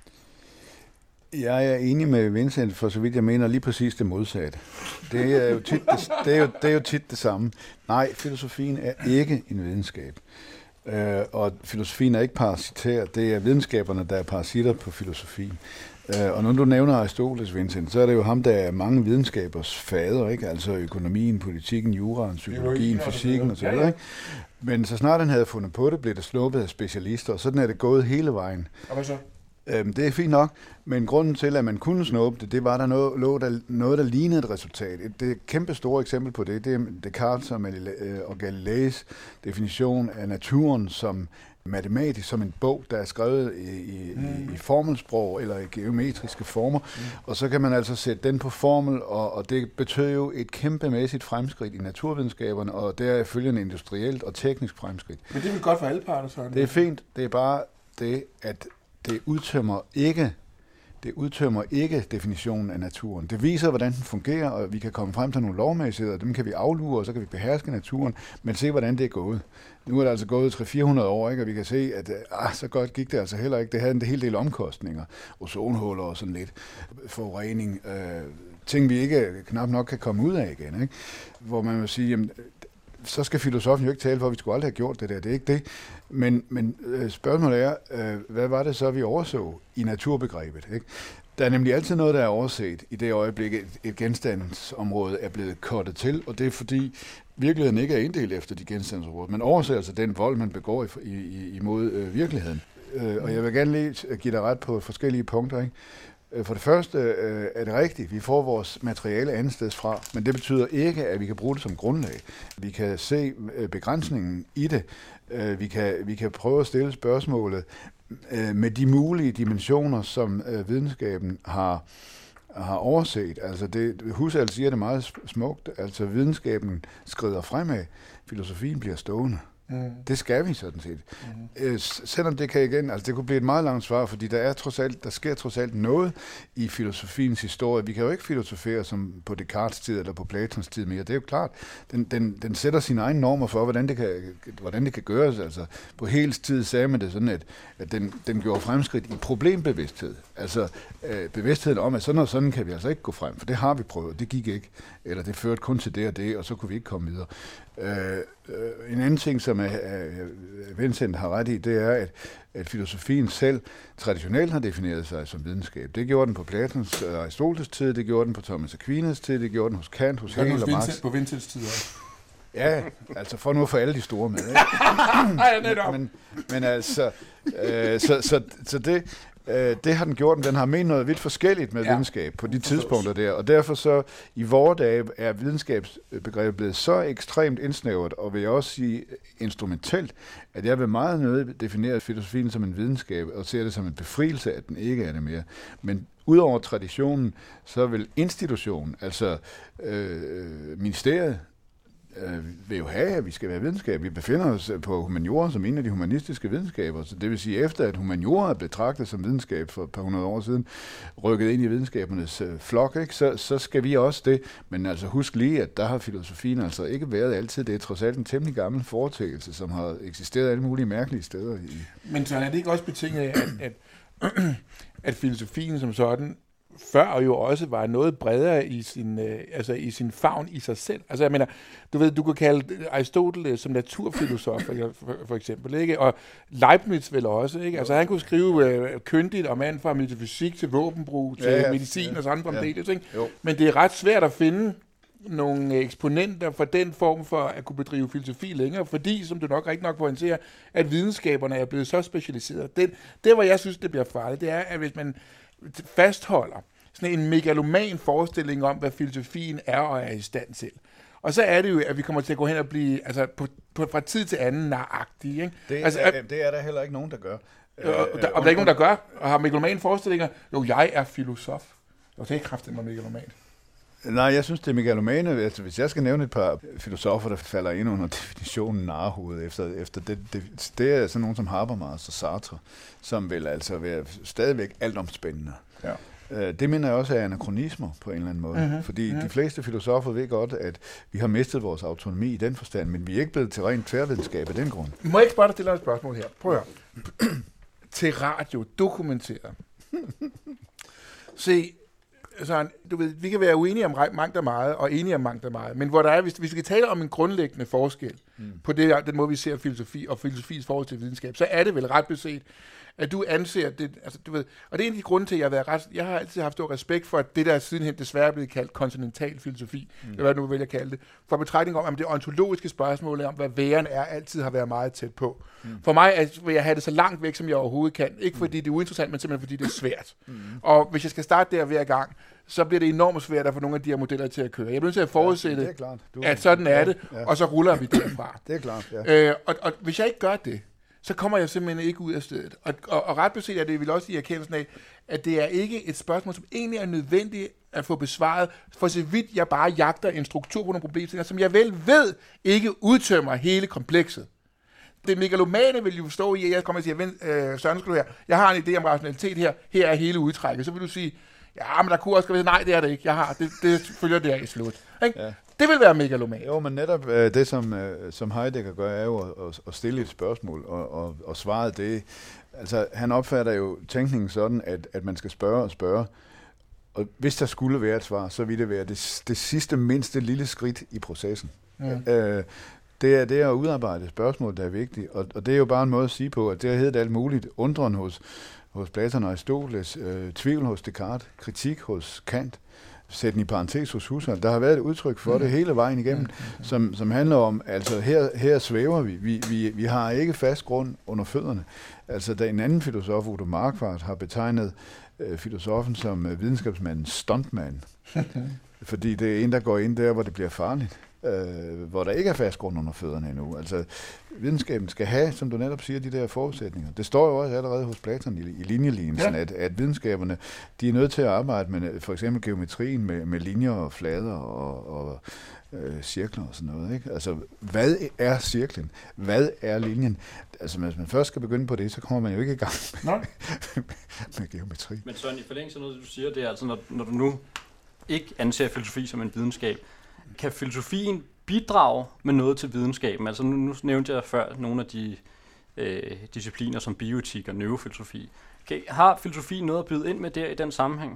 Jeg er enig med Vincent, for så vidt jeg mener lige præcis det modsatte. Det er jo tit det, det, er jo, det, er jo tit det samme. Nej, filosofien er ikke en videnskab. Øh, og filosofien er ikke parasitær. Det er videnskaberne, der er parasitter på filosofien. Øh, og når du nævner Aristoteles, Vincent, så er det jo ham, der er mange videnskabers fader, ikke? Altså økonomien, politikken, juraen, psykologien, fysikken og så videre. Ikke? Men så snart han havde fundet på det, blev det sluppet af specialister, og sådan er det gået hele vejen. Og hvad så? Øhm, det er fint nok, men grunden til, at man kunne snuppe det, det var, der noget, lå der, noget, der lignede et resultat. Et, det kæmpe store eksempel på det, det er Descartes og, og Galileis definition af naturen som matematisk, som en bog, der er skrevet i, i, mm. i formelsprog eller i geometriske former, mm. og så kan man altså sætte den på formel, og, og det betød jo et kæmpemæssigt fremskridt i naturvidenskaberne, og der er følgende industrielt og teknisk fremskridt. Men det er vel godt for alle parter, så? Det er fint, det er bare det, at det udtømmer ikke, det udtømmer ikke definitionen af naturen. Det viser, hvordan den fungerer, og vi kan komme frem til nogle lovmæssigheder, dem kan vi aflure, og så kan vi beherske naturen, men se, hvordan det er gået. Nu er det altså gået tre til fire hundrede år, ikke? Og vi kan se, at ah, så godt gik det altså heller ikke. Det havde en hel del omkostninger, ozonhuller og sådan lidt, forurening, øh, ting vi ikke knap nok kan komme ud af igen, ikke? Hvor man vil sige, jamen, så skal filosofen jo ikke tale for, at vi skulle aldrig have gjort det der. Det er ikke det. Men, men øh, spørgsmålet er, øh, hvad var det så, vi overså i naturbegrebet? Ikke? Der er nemlig altid noget, der er overset i det øjeblik, et, et genstandsområde er blevet kortet til, og det er fordi virkeligheden ikke er inddelt efter de genstandsområder. Man overser altså den vold, man begår i, i, imod øh, virkeligheden. Øh, og jeg vil gerne lige give dig ret på forskellige punkter, ikke? For det første øh, er det rigtigt, vi får vores materiale andet sted fra, men det betyder ikke, at vi kan bruge det som grundlag. Vi kan se øh, begrænsningen i det. Øh, vi, kan, vi kan prøve at stille spørgsmålet øh, med de mulige dimensioner, som øh, videnskaben har, har overset. Altså det, Husserl siger det meget smukt, altså videnskaben skrider fremad, filosofien bliver stående. Mm. Det skal vi sådan set. Mm. Øh, selvom det kan igen, altså det kunne blive et meget langt svar, fordi der er trods alt, der sker trods alt noget i filosofiens historie. Vi kan jo ikke filosofere som på Descartes' tid eller på Platons tid mere. Det er jo klart. Den, den, den sætter sine egne normer for, hvordan det kan, hvordan det kan gøres. Altså på Hegels tid sagde man det sådan, at, at den, den gjorde fremskridt i problembevidsthed. Altså øh, bevidstheden om, at sådan og sådan kan vi altså ikke gå frem, for det har vi prøvet, det gik ikke. Eller det førte kun til det og det, og så kunne vi ikke komme videre. Øh, øh, en anden ting, som er, er, Vincent har ret i, det er, at, at filosofien selv traditionelt har defineret sig som videnskab. Det gjorde den på Platons og Aristoteles tid, det gjorde den på Thomas Aquinas tid, det gjorde den hos Kant, hos Hegel og Marx. På Vincents tid også. Ja, altså for nu at få alle de store med. Ikke? men, men altså, øh, så, så, så det... Det har den gjort, den har ment noget vidt forskelligt med ja. videnskab på de tidspunkter der, og derfor så i vore dage er videnskabsbegrebet blevet så ekstremt indsnævret, og vil jeg også sige instrumentelt, at jeg vil meget nødt definere filosofien som en videnskab, og ser det som en befrielse, at den ikke er det mere. Men udover traditionen, så vil institutionen, altså øh, ministeriet, øh, vil jo have, at vi skal være videnskab. Vi befinder os på humaniora som en af de humanistiske videnskaber, så det vil sige, efter at humaniora er betragtet som videnskab for et par hundrede år siden, rykket ind i videnskabernes øh, flok, ikke? Så, så skal vi også det. Men altså husk lige, at der har filosofien altså ikke været altid. Det er trods alt en temmelig gammel foretagelse, som har eksisteret alle mulige mærkelige steder. I. Men så er det ikke også betinget af, at, at, at filosofien som sådan før jo også var noget bredere i sin, øh, altså i sin favn i sig selv. Altså jeg mener, du ved, du kan kalde Aristoteles som naturfilosof for, for, for eksempel, ikke? Og Leibniz vel også, ikke? Altså han kunne skrive øh, kyndigt om alt fra metafysik til våbenbrug til ja, ja, medicin ja, og sådan fremdeles, ja, ikke? Men det er ret svært at finde nogle eksponenter for den form for at kunne bedrive filosofi længere, fordi, som du nok rigtig nok pointerer, at videnskaberne er blevet så specialiseret. Det, det, hvor jeg synes, det bliver farligt, det er, at hvis man fastholder sådan en megaloman forestilling om, hvad filosofien er og er i stand til. Og så er det jo, at vi kommer til at gå hen og blive, altså på, på, fra tid til anden naragtige. Ikke? Det, altså, er, det er der heller ikke nogen, der gør. Og der, og der er ikke nogen, der gør, og har megaloman forestillinger. Jo, jeg er filosof. Jo, det er kraftigt mig megaloman. Nej, jeg synes, det er megalomane. Altså, hvis jeg skal nævne et par filosofer, der falder ind under definitionen narhoved, efter, efter det, det, det er sådan nogen som Habermas og Sartre, som vil altså være stadigvæk altomspændende. Ja. Det mener jeg også er anachronismer på en eller anden måde. Mm-hmm. Fordi mm-hmm. de fleste filosofer ved godt, at vi har mistet vores autonomi i den forstand, men vi er ikke blevet til rent tværvidenskab af den grund. Må jeg ikke bare stille dig et spørgsmål her? Prøv at høre. Til radio, dokumenteret. Se, sådan, du ved, vi kan være uenige om mangt og meget, og enige om mangt og meget, men hvor der er, hvis, hvis vi kan tale om en grundlæggende forskel mm. på det, den måde, vi ser filosofi og filosofis forhold til videnskab, så er det vel ret beset, at du anser det, altså du ved, og det er en af de grunde til, at jeg har været ret, jeg har altid haft stor respekt for, at det der sidenhen desværre er blevet kaldt kontinental filosofi, mm. eller hvad du vælger at kalde det, for betragtning om, at det ontologiske spørgsmål om, hvad væren er, altid har været meget tæt på. Mm. For mig er, vil jeg have det så langt væk, som jeg overhovedet kan, ikke fordi det er uinteressant, men simpelthen fordi det er svært. Mm. Og hvis jeg skal starte der hver gang, så bliver det enormt svært at få nogle af de her modeller til at køre. Jeg bliver nødt til at forudsætte, ja, at sådan er det, ja, ja. Og så ruller vi derfra. Det er klart, ja. Øh, og, og hvis jeg ikke gør det, så kommer jeg simpelthen ikke ud af stedet. Og, og, og ret beset er det, vil også i erkendelsen af, at det er ikke et spørgsmål, som egentlig er nødvendigt at få besvaret, for så vidt jeg bare jagter en struktur på nogle problemstillinger, som jeg vel ved ikke udtømmer hele komplekset. Det megalomane vil jo stå i, at jeg kommer og siger, øh, Søren, skal du her, jeg har en idé om rationalitet her, her er hele udtrækket. Så vil du sige, ja, men der kunne også skrive, nej, det er det ikke, jeg har, det, det følger der i slut. Ikke? Ja. Det vil være megaloman. Jo, men netop øh, det, som, øh, som Heidegger gør, er jo at, at stille et spørgsmål, og, og, og svaret det, altså han opfatter jo tænkningen sådan, at, at man skal spørge og spørge, og hvis der skulle være et svar, så vil det være det, det sidste mindste lille skridt i processen. Ja. Øh, det er det at udarbejde spørgsmål, der er vigtigt, og, og det er jo bare en måde at sige på, at det har heddet alt muligt, undren hos, hos Platon og Aristoteles, øh, tvivl hos Descartes, kritik hos Kant, sæt den i parentes hos Husserl. Der har været et udtryk for det hele vejen igennem, som, som handler om, altså her, her svæver vi. Vi, vi. vi har ikke fast grund under fødderne. Altså der en anden filosof, Udo Marquardt, har betegnet øh, filosofen som øh, videnskabsmanden stuntman. Fordi det er en, der går ind der, hvor det bliver farligt. Øh, hvor der ikke er fast grund under fødderne endnu. Altså, videnskaben skal have, som du netop siger, de der forudsætninger. Det står jo også allerede hos Platon i, i linjelinjen, ja. at, at videnskaberne, de er nødt til at arbejde med for eksempel geometrien med, med linjer og flader og, og øh, cirkler og sådan noget. Ikke? Altså, hvad er cirklen? Hvad er linjen? Altså, hvis man først skal begynde på det, så kommer man jo ikke i gang med, med geometri. Men Søren, i forlængelse af noget, du siger, det er altså, når, når du nu ikke anser filosofi som en videnskab, kan filosofien bidrage med noget til videnskaben? Altså nu, nu nævnte jeg før nogle af de øh, discipliner som bioetik og neurofilosofi. Okay, har filosofien noget at byde ind med der i den sammenhæng?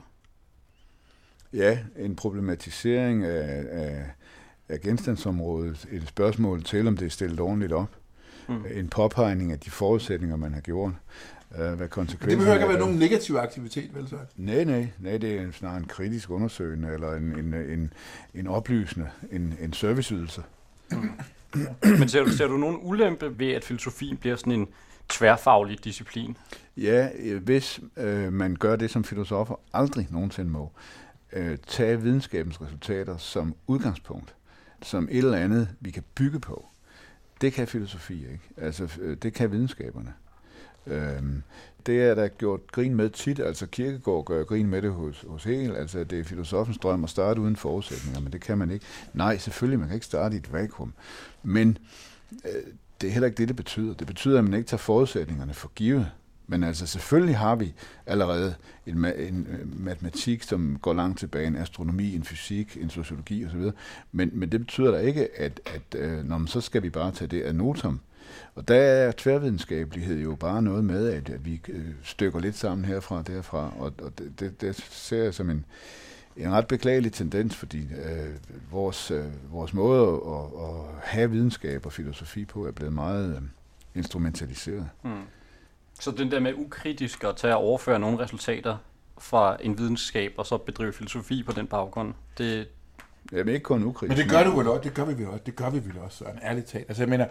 Ja, en problematisering af, af, af genstandsområdet, et spørgsmål til, om det er stillet ordentligt op. Mm. En påpegning af de forudsætninger, man har gjort. Hvad konsekvenser det behøver ikke at være nogen negativ aktivitet, vel så? Nej, nej, nej, det er snarere en kritisk undersøgende, eller en, en, en, en oplysende, en, en serviceydelse. Mm. Men ser du, ser du nogen ulempe ved, at filosofien bliver sådan en tværfaglig disciplin? Ja, hvis øh, man gør det, som filosofer aldrig nogensinde må, øh, tage videnskabens resultater som udgangspunkt, som et eller andet, vi kan bygge på. Det kan filosofi ikke. Altså, det kan videnskaberne. Øhm, det er der gjort grin med tit, altså Kierkegaard gør grin med det hos, hos Hegel, altså det er filosofens drøm at starte uden forudsætninger, men det kan man ikke. Nej, selvfølgelig, man kan ikke starte i et vakuum, men øh, det er heller ikke det, det betyder. Det betyder, at man ikke tager forudsætningerne for givet, men altså selvfølgelig har vi allerede en, ma- en uh, matematik, som går langt tilbage, en astronomi, en fysik, en sociologi osv., men, men det betyder da ikke, at, at øh, når man, så skal vi bare tage det ad notam. Og der er tværvidenskabelighed jo bare noget med, at, at vi øh, stykker lidt sammen herfra og derfra, og, og det, det, det ser jeg som en, en ret beklagelig tendens, fordi øh, vores, øh, vores måde at, at have videnskab og filosofi på er blevet meget øh, instrumentaliseret. Mm. Så den der med ukritisk at tage og overføre nogle resultater fra en videnskab, og så bedrive filosofi på den baggrund, det... Jamen ikke kun ukritisk. Men det gør du vel også, det gør vi vel også, det gør vi vel også, Søren, ærligt talt. Altså jeg mener,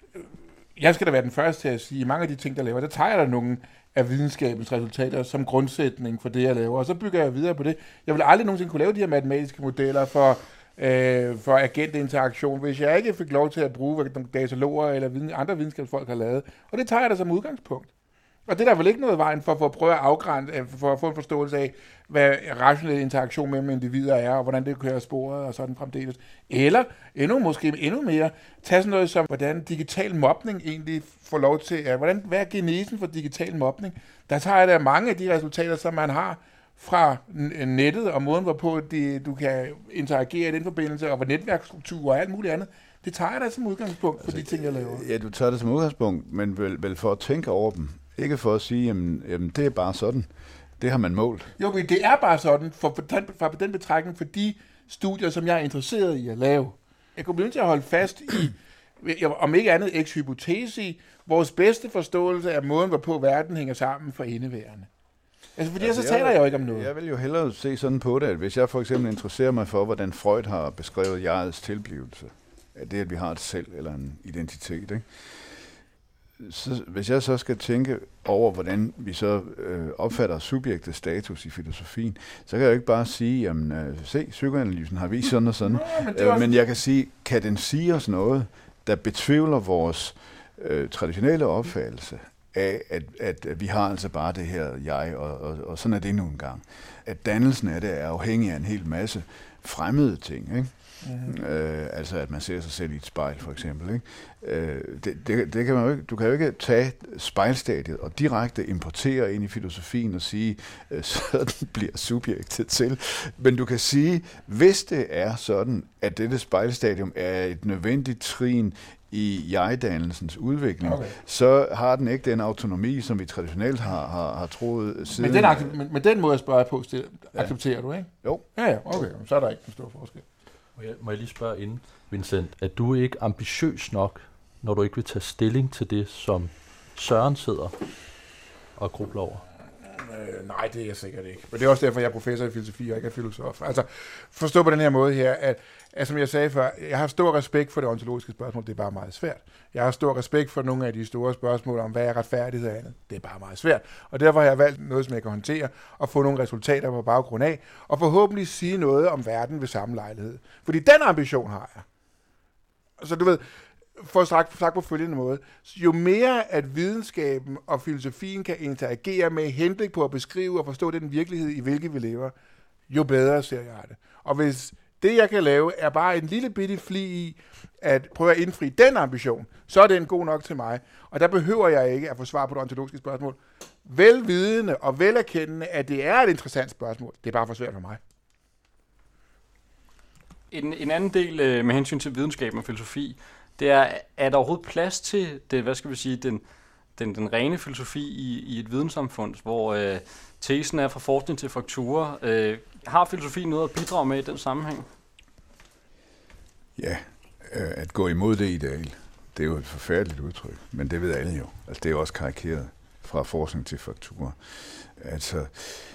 jeg skal da være den første til at sige, at mange af de ting, der laver, der tager jeg da nogle af videnskabens resultater som grundsætning for det, jeg laver, og så bygger jeg videre på det. Jeg vil aldrig nogensinde kunne lave de her matematiske modeller for, øh, for agentinteraktion, hvis jeg ikke fik lov til at bruge, hvad dataloger eller viden, andre videnskabsfolk har lavet. Og det tager jeg da som udgangspunkt. Og det er der vel ikke noget vejen for, for at prøve at afgrænse, for at få en forståelse af, hvad rationel interaktion mellem individer er, og hvordan det kører sporet, og sådan fremdeles. Eller, endnu måske endnu mere, tage sådan noget som, hvordan digital mobning egentlig får lov til, at, hvordan, hvad er genesen for digital mobning? Der tager jeg da mange af de resultater, som man har fra nettet, og måden, hvorpå det, du kan interagere i den forbindelse, og hvor netværksstruktur og alt muligt andet, det tager jeg da som udgangspunkt for altså, de ting, jeg laver. Ja, du tager det som udgangspunkt, men vel, vel for at tænke over dem. Ikke for at sige, jamen, jamen det er bare sådan. Det har man målt. Jo, men det er bare sådan, for, for, den, for den betragtning, for de studier, som jeg er interesseret i at lave. Jeg kunne blive nødt til at holde fast i, om ikke andet ex-hypotesi, vores bedste forståelse af måden, hvorpå verden hænger sammen for indeværende. Altså, fordi altså, så taler jeg, jeg jo ikke om noget. Jeg vil jo hellere se sådan på det, at hvis jeg for eksempel interesserer mig for, hvordan Freud har beskrevet jegets tilblivelse, at det, at vi har et selv eller en identitet, ikke? Så, hvis jeg så skal tænke over, hvordan vi så øh, opfatter subjektets status i filosofien, så kan jeg jo ikke bare sige, jamen, øh, se, psykoanalysen har vist sådan og sådan. Nå, men, øh, men jeg kan sige, kan den sige os noget, der betvivler vores øh, traditionelle opfattelse af, at, at, at vi har altså bare det her jeg, og, og, og sådan er det nu engang. At dannelsen af det er afhængig af en hel masse fremmede ting, ikke? Mm-hmm. Øh, altså at man ser sig selv i et spejl, for eksempel. Ikke? Øh, det, det, det kan man jo ikke, du kan jo ikke tage spejlstadiet og direkte importere ind i filosofien og sige, øh, sådan bliver subjektet til. Men du kan sige, hvis det er sådan, at dette spejlstadium er et nødvendigt trin i jeg-dannelsens udvikling, okay, så har den ikke den autonomi, som vi traditionelt har, har, har troet siden. Men den, accept- men, men den måde at spørge på, accepterer ja. du, ikke? Jo. Ja, ja, okay. Så er der ikke en stor forskel. Må jeg, må jeg lige spørge inden, Vincent, er du ikke ambitiøs nok, når du ikke vil tage stilling til det, som Søren sidder og grubler over? Øh, nej, det er jeg sikkert ikke. Men det er også derfor, jeg er professor i filosofi og ikke er filosof. Altså, forstå på den her måde her, at, at som jeg sagde før, jeg har stor respekt for det ontologiske spørgsmål, det er bare meget svært. Jeg har stor respekt for nogle af de store spørgsmål om, hvad er retfærdighed og andet. Det er bare meget svært. Og derfor har jeg valgt noget, som jeg kan håndtere, og få nogle resultater på baggrund af, og forhåbentlig sige noget om verden ved samme lejlighed. Fordi den ambition har jeg. Så du ved, for at sagt, sagt på følgende måde, jo mere at videnskaben og filosofien kan interagere med henblik på at beskrive og forstå den virkelighed, i hvilken vi lever, jo bedre ser jeg det. Og hvis det, jeg kan lave, er bare en lille bitte fli i at prøve at indfri den ambition, så er den god nok til mig. Og der behøver jeg ikke at få svar på det ontologiske spørgsmål. Velvidende og velerkendende, at det er et interessant spørgsmål. Det er bare for svært for mig. En, en anden del øh, med hensyn til videnskab og filosofi, det er, er der overhovedet plads til det, hvad skal vi sige, den, den, den rene filosofi i, i et videnssamfund, hvor øh, tesen er fra forskning til fakturer. Øh, har filosofien noget at bidrage med i den sammenhæng? Ja, øh, at gå imod det ideal, det er jo et forfærdeligt udtryk, men det ved alle jo. Altså, det er jo også karikeret fra forskning til fakturer. Altså,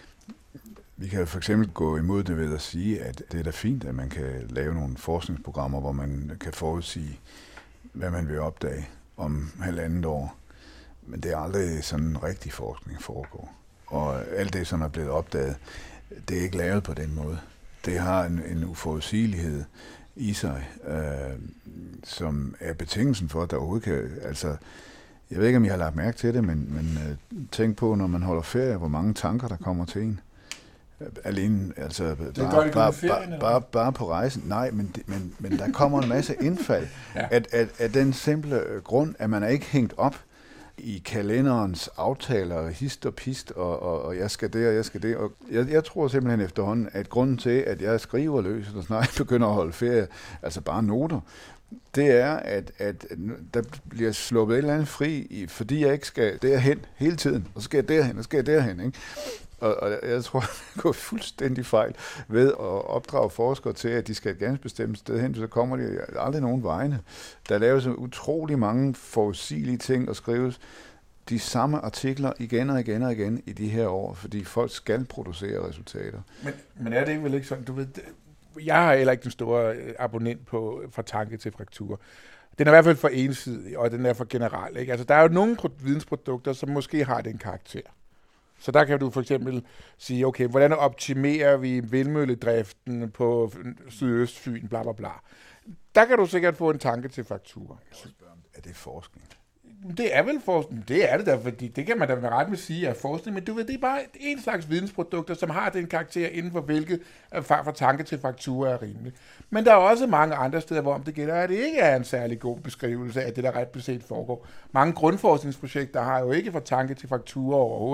vi kan for eksempel gå imod det ved at sige, at det er da fint, at man kan lave nogle forskningsprogrammer, hvor man kan forudsige, hvad man vil opdage om halvandet år. Men det er aldrig sådan en rigtig forskning foregår. Og alt det, som er blevet opdaget, det er ikke lavet på den måde. Det har en, en uforudsigelighed i sig, øh, som er betingelsen for, at der overhovedet kan... Altså, jeg ved ikke, om I har lagt mærke til det, men, men øh, tænk på, når man holder ferie, hvor mange tanker, der kommer til en. Alene, altså bare, bare, bare, bare, bare på rejsen. Nej, men, men, men der kommer en masse indfald ja. at, at, at den simple grund, at man er ikke hængt op i kalenderens aftaler, hist og pist, og, og, og jeg skal det, og jeg skal det. Og jeg, jeg tror simpelthen efterhånden, at grunden til, at jeg skriver løs, og snart begynder at holde ferie, altså bare noter, det er, at, at der bliver sluppet et eller andet fri, fordi jeg ikke skal derhen hele tiden, og så skal jeg derhen, og så skal jeg derhen, ikke? Og, og jeg tror, det går fuldstændig fejl ved at opdrage forskere til, at de skal et ganske bestemt sted hen, så kommer de aldrig nogen vegne. Der laves utrolig mange forudsigelige ting og skrives de samme artikler igen og igen og igen i de her år, fordi folk skal producere resultater. Men, men er det ikke vel ikke sådan, du ved, jeg har heller ikke den store abonnent på fra tanke til fraktur. Den er i hvert fald for ensidig, og den er for generel, ikke? Altså, der er jo nogle vidensprodukter, som måske har den karakter. Så der kan du for eksempel sige, okay, hvordan optimerer vi vindmølledriften på Sydøstfyn, bla bla bla. Der kan du sikkert få en tanke til fakturer. Er det forskning? Det er vel forskning. Det er det da, fordi det kan man da med ret med sige er forskning, men du ved, det er bare en slags vidensprodukter, som har den karakter inden for hvilket fra tanke til fakturer er rimeligt. Men der er også mange andre steder, hvor det gælder, at det ikke er en særlig god beskrivelse af det, der ret beset foregår. Mange grundforskningsprojekter har jo ikke fra tanke til fakturer overhovedet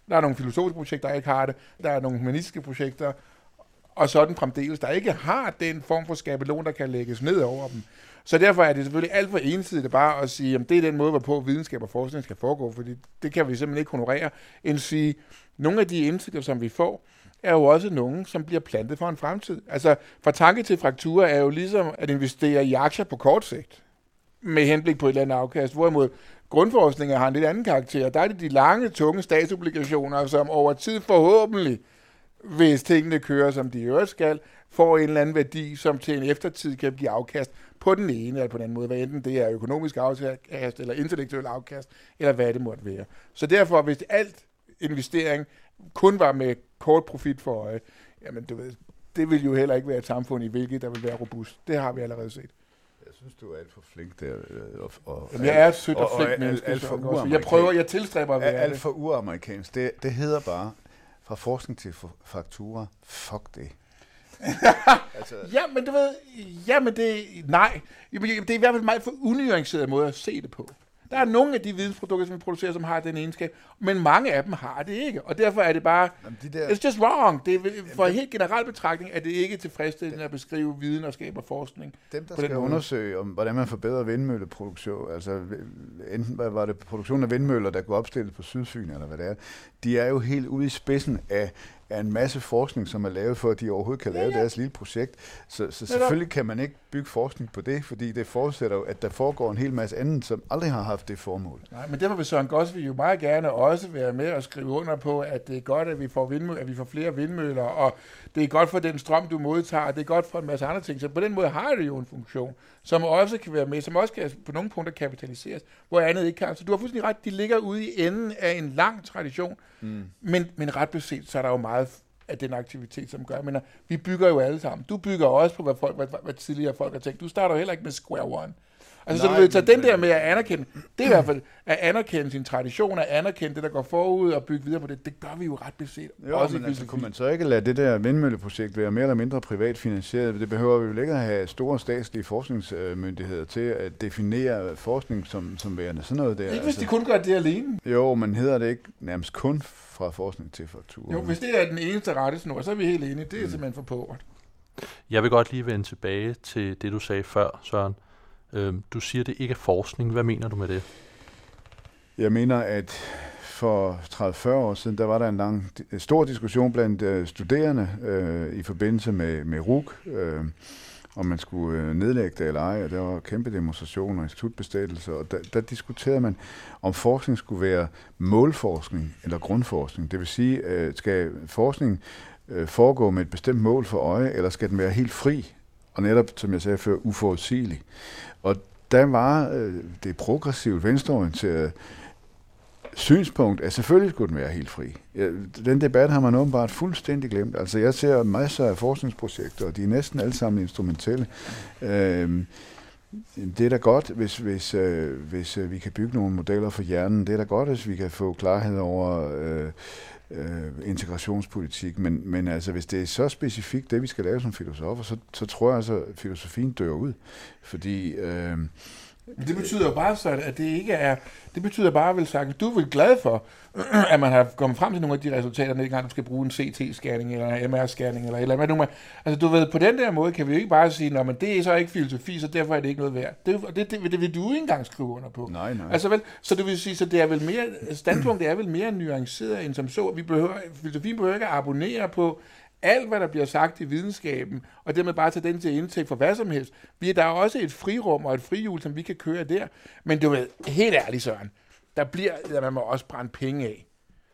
Der er nogle filosofiske projekter, der ikke har det. Der er nogle humanistiske projekter, og sådan fremdeles, der ikke har den form for skabelon, der kan lægges ned over dem. Så derfor er det selvfølgelig alt for ensidigt bare at sige, at det er den måde, hvorpå videnskab og forskning skal foregå, fordi det kan vi simpelthen ikke honorere, end at sige, nogle af de indsigter, som vi får, er jo også nogen, som bliver plantet for en fremtid. Altså, fra tanke til fraktur er jo ligesom at investere i aktier på kort sigt, med henblik på et eller andet afkast, hvorimod grundforskninger har en lidt anden karakter. Der er det de lange, tunge statsobligationer, som over tid forhåbentlig, hvis tingene kører, som de øvrigt skal, får en eller anden værdi, som til en eftertid kan give afkast på den ene eller på den anden måde, hvad enten det er økonomisk afkast, eller intellektuel afkast, eller hvad det måtte være. Så derfor, hvis alt investering kun var med kort profit for øje, jamen du ved, det vil jo heller ikke være et samfund, i hvilket der vil være robust. Det har vi allerede set. Jeg synes, du er alt for flink der. Og, og, Jamen, jeg er et sødt og, og, flink og menneske. Alt for uamerikansk. Jeg prøver, jeg tilstræber at være alt det. for uamerikansk. Det, det hedder bare, fra forskning til faktura, fuck det. altså. Ja, men du ved, ja, men det, nej. Det er i hvert fald en meget for unuanceret måde at se det på. Der er nogle af de vidensprodukter, som vi producerer, som har den egenskab, men mange af dem har det ikke, og derfor er det bare, jamen, de der, it's just wrong. Det er, for en helt generel betragtning er det ikke tilfredsstillende at beskrive videnskab og forskning. Dem, der skal undersøge, om, hvordan man forbedrer vindmølleproduktion, altså enten var det produktion af vindmøller, der kunne opstilles på Sydfyn, eller hvad det er, de er jo helt ude i spidsen af er en masse forskning, som er lavet for, at de overhovedet kan lave ja, ja. deres lille projekt. Så, så selvfølgelig kan man ikke bygge forskning på det, fordi det forudsætter jo, at der foregår en hel masse andet, som aldrig har haft det formål. Nej, men derfor vil Søren Gosvig jo meget gerne også være med og skrive under på, at det er godt, at vi får, vindmø- at vi får flere vindmøller, og det er godt for den strøm, du modtager, og det er godt for en masse andre ting. Så på den måde har det jo en funktion, som også kan være med, som også kan på nogle punkter kapitaliseres, hvor andet ikke kan. Så du har fuldstændig ret, de ligger ude i enden af en lang tradition, mm. men, men ret beset, så er der jo meget af den aktivitet, som gør. Men vi bygger jo alle sammen. Du bygger også på, hvad, folk, hvad, hvad tidligere folk har tænkt. Du starter jo heller ikke med square one. Altså, nej, så du ved, så den der med at anerkende, det er i hvert fald at anerkende sin tradition, at anerkende det, der går forud og bygge videre på det, det gør vi jo ret beset. Jo, også men altså, kunne man så ikke lade det der vindmølleprojekt være mere eller mindre privat finansieret? Det behøver vi jo ikke at have store statslige forskningsmyndigheder til at definere forskning som, som værende sådan noget der. Ikke hvis altså, de kun gør det alene. Jo, men hedder det ikke nærmest kun fra forskning til faktur? Jo, hvis det er den eneste rettesnor, så er vi helt enige. Det er mm. simpelthen for påret. Jeg vil godt lige vende tilbage til det, du sagde før, Søren. Du siger, det ikke er forskning. Hvad mener du med det? Jeg mener, at for tredive til fyrre år siden, der var der en lang, stor diskussion blandt øh, studerende øh, i forbindelse med, med R U C, øh, om man skulle øh, nedlægge det eller ej, og der var kæmpe demonstrationer og institutbestættelser, og der, der diskuterede man, om forskning skulle være målforskning eller grundforskning. Det vil sige, øh, skal forskning øh, foregå med et bestemt mål for øje, eller skal den være helt fri, og netop, som jeg sagde før, uforudsigelig. Og der var øh, det progressivt venstreorienterede synspunkt, at selvfølgelig skulle den være helt fri. Ja, den debat har man åbenbart fuldstændig glemt. Altså jeg ser masser af forskningsprojekter, og de er næsten alle sammen instrumentelle. Øh, det er da godt, hvis, hvis, øh, hvis øh, vi kan bygge nogle modeller for hjernen. Det er da godt, hvis vi kan få klarhed over øh, øh, integrationspolitik. Men, men altså, hvis det er så specifikt, det vi skal lave som filosofer, så, så tror jeg altså, at filosofien dør ud. Fordi Øh, Men det betyder jo bare så, at det ikke er, det betyder bare vel sagt, at du er vel glad for, at man har kommet frem til nogle af de resultater, når ikke du skal bruge en C T-scanning eller en M R-scanning eller et eller andet. Altså du ved, på den der måde kan vi jo ikke bare sige, at det er så ikke filosofi, så derfor er det ikke noget værd. Det, det, det, det vil du ikke engang skrive under på. Nej, nej. Altså vel, så det vil sige, så det er vel mere, standpunktet er vel mere nuanceret end som så. Vi behøver, filosofien behøver ikke at abonnere på alt, hvad der bliver sagt i videnskaben, og dermed bare tage den til indtægt for hvad som helst. Vi, der er også et frirum og et frihjul, som vi kan køre der. Men du ved, helt ærligt, Søren, der bliver, der man må også brænde penge af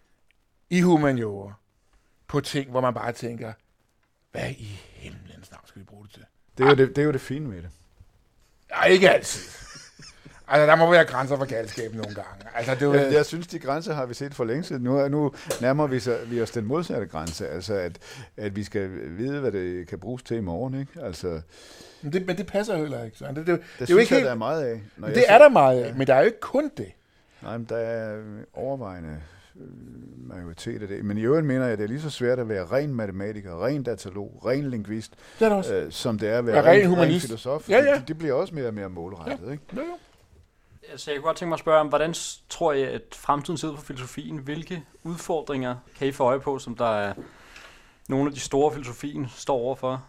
i humaniora på ting, hvor man bare tænker, hvad i himlens navn skal vi bruge det til? Det er jo det, det, er jo det fine ved det. Nej, ikke altid. Altså, der må være grænser for galskaben nogle gange. Altså, det var... jeg, jeg synes, de grænser har vi set for længe siden. Nu, nu nærmer vi, så, vi os den modsatte grænse. Altså, at, at vi skal vide, hvad det kan bruges til i morgen. Ikke? Altså... Men, det, men det passer jo heller ikke. Så det, det, det, det er jo ikke jeg, helt... der er meget af. Når det er ser... der meget af, men der er jo ikke kun det. Nej, men der er overvejende majoritet af det. Men i øvrigt mener jeg, at det er lige så svært at være ren matematiker, ren datalog, ren lingvist, det det øh, som det er at være ja, ren, ren, humanist. ren filosof. Ja, ja. Det, det bliver også mere og mere målrettet. Ja. Ikke? Ja, ja. Så jeg kunne godt tænke mig at spørge om, hvordan tror jeg, at fremtiden sidder for filosofien? Hvilke udfordringer kan I få øje på, som der er nogle af de store filosofien står overfor?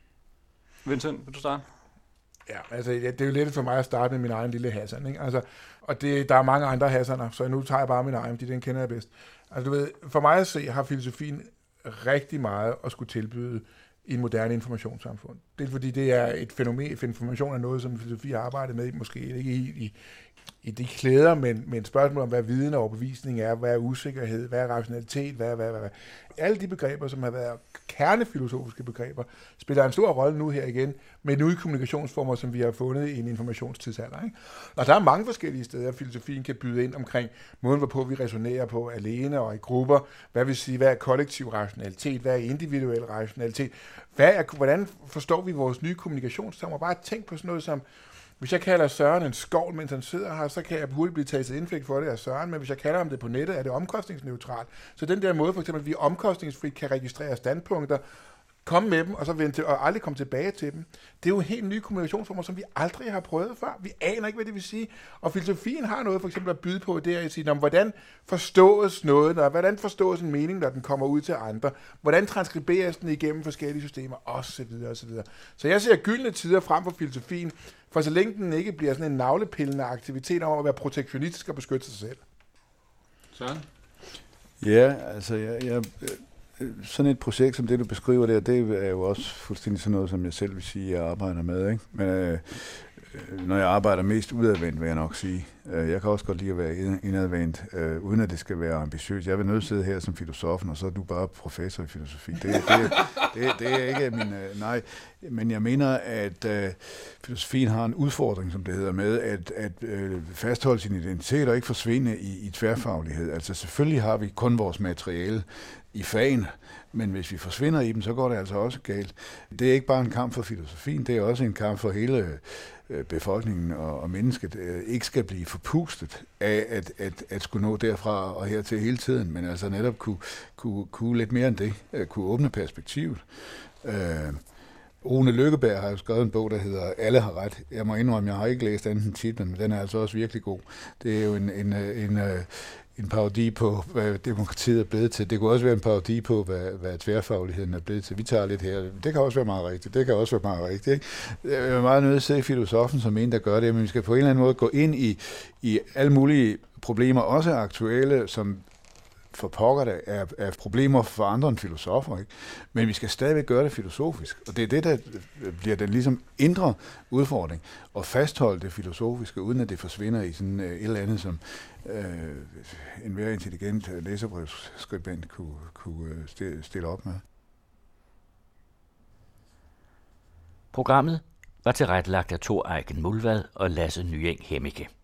Vincent, vil du starte? Ja, altså det er jo lidt for mig at starte med min egen lille Hassan, ikke? Altså, og det, der er mange andre Hassaner, så nu tager jeg bare min egen, fordi den kender jeg bedst. Altså du ved, for mig at se, har filosofien rigtig meget at skulle tilbyde i en moderne informationssamfund. Det er fordi, det er et fænomen, for information er noget, som filosofi har arbejdet med, måske ikke i, i, i de klæder, men, men et spørgsmål om, hvad viden og overbevisning er, hvad er usikkerhed, hvad er rationalitet, hvad, hvad, hvad, hvad. Alle de begreber, som har været kernefilosofiske begreber, spiller en stor rolle nu her igen, med nye kommunikationsformer, som vi har fundet i en informationstidsalder. Ikke? Og der er mange forskellige steder, filosofien kan byde ind omkring måden, hvorpå vi resonerer på alene og i grupper. Hvad vil sige, hvad er kollektiv rationalitet, hvad er individuel rationalitet, hvad er, hvordan forstår vi vores nye kommunikationsformer? Bare tænk på sådan noget som, hvis jeg kalder Søren en skovl, mens han sidder her, så kan jeg hurtigt blive taget til indflægt for det af Søren, men hvis jeg kalder ham det på nettet, er det omkostningsneutralt. Så den der måde, for eksempel, at vi omkostningsfrit kan registrere standpunkter, komme med dem, og så vente til, og aldrig komme tilbage til dem. Det er jo helt nye kommunikationsformer, som vi aldrig har prøvet før. Vi aner ikke, hvad det vil sige. Og filosofien har noget for eksempel at byde på, det er at sige, om hvordan forstås noget, og hvordan forstås en mening, når den kommer ud til andre, hvordan transkriberes den igennem forskellige systemer, osv. osv. Så jeg ser gyldne tider frem for filosofien, for så længe den ikke bliver sådan en navlepillende aktivitet om at være protektionistisk og beskytte sig selv. Søren? Ja, altså jeg... jeg sådan et projekt som det, du beskriver der, det er jo også fuldstændig sådan noget, som jeg selv vil sige, jeg arbejder med. Ikke? Men øh, når jeg arbejder mest udadvendt, vil jeg nok sige. Øh, jeg kan også godt lide at være indadvendt, øh, uden at det skal være ambitiøst. Jeg vil nødt sidde her som filosofen, og så er du bare professor i filosofi. Det, det, det, det er ikke min... Øh, nej, men jeg mener, at øh, filosofien har en udfordring, som det hedder, med at, at øh, fastholde sin identitet og ikke forsvinde i, i tværfaglighed. Altså selvfølgelig har vi kun vores materiale i fagene, men hvis vi forsvinder i dem, så går det altså også galt. Det er ikke bare en kamp for filosofien, det er også en kamp for hele øh, befolkningen og, og mennesket øh, ikke skal blive forpustet af at, at, at skulle nå derfra og hertil hele tiden, men altså netop kunne, kunne, kunne lidt mere end det, øh, kunne åbne perspektivet. Øh, Rune Lykkeberg har jo skrevet en bog, der hedder Alle har ret. Jeg må indrømme, jeg har ikke læst anden titlen, men den er altså også virkelig god. Det er jo en, en, en, en parodi på, hvad demokratiet er blevet til. Det kunne også være en parodi på, hvad, hvad tværfagligheden er blevet til. Vi tager lidt her. Det kan også være meget rigtigt. Det kan også være meget rigtigt. Ikke? Jeg er meget nødt til at se filosofen som en, der gør det, men vi skal på en eller anden måde gå ind i, i alle mulige problemer, også aktuelle, som for pokker der er, er problemer for andre end filosofer, ikke? Men vi skal stadigvæk gøre det filosofisk, og det er det, der bliver den ligesom indre udfordring, at fastholde det filosofiske, uden at det forsvinder i sådan et eller andet, som øh, en mere intelligent læserbrevsskribent kunne, kunne stille op med. Programmet var tilrettelagt af Thor Eiken Mulvad og Lasse Nyeng Hemmicke.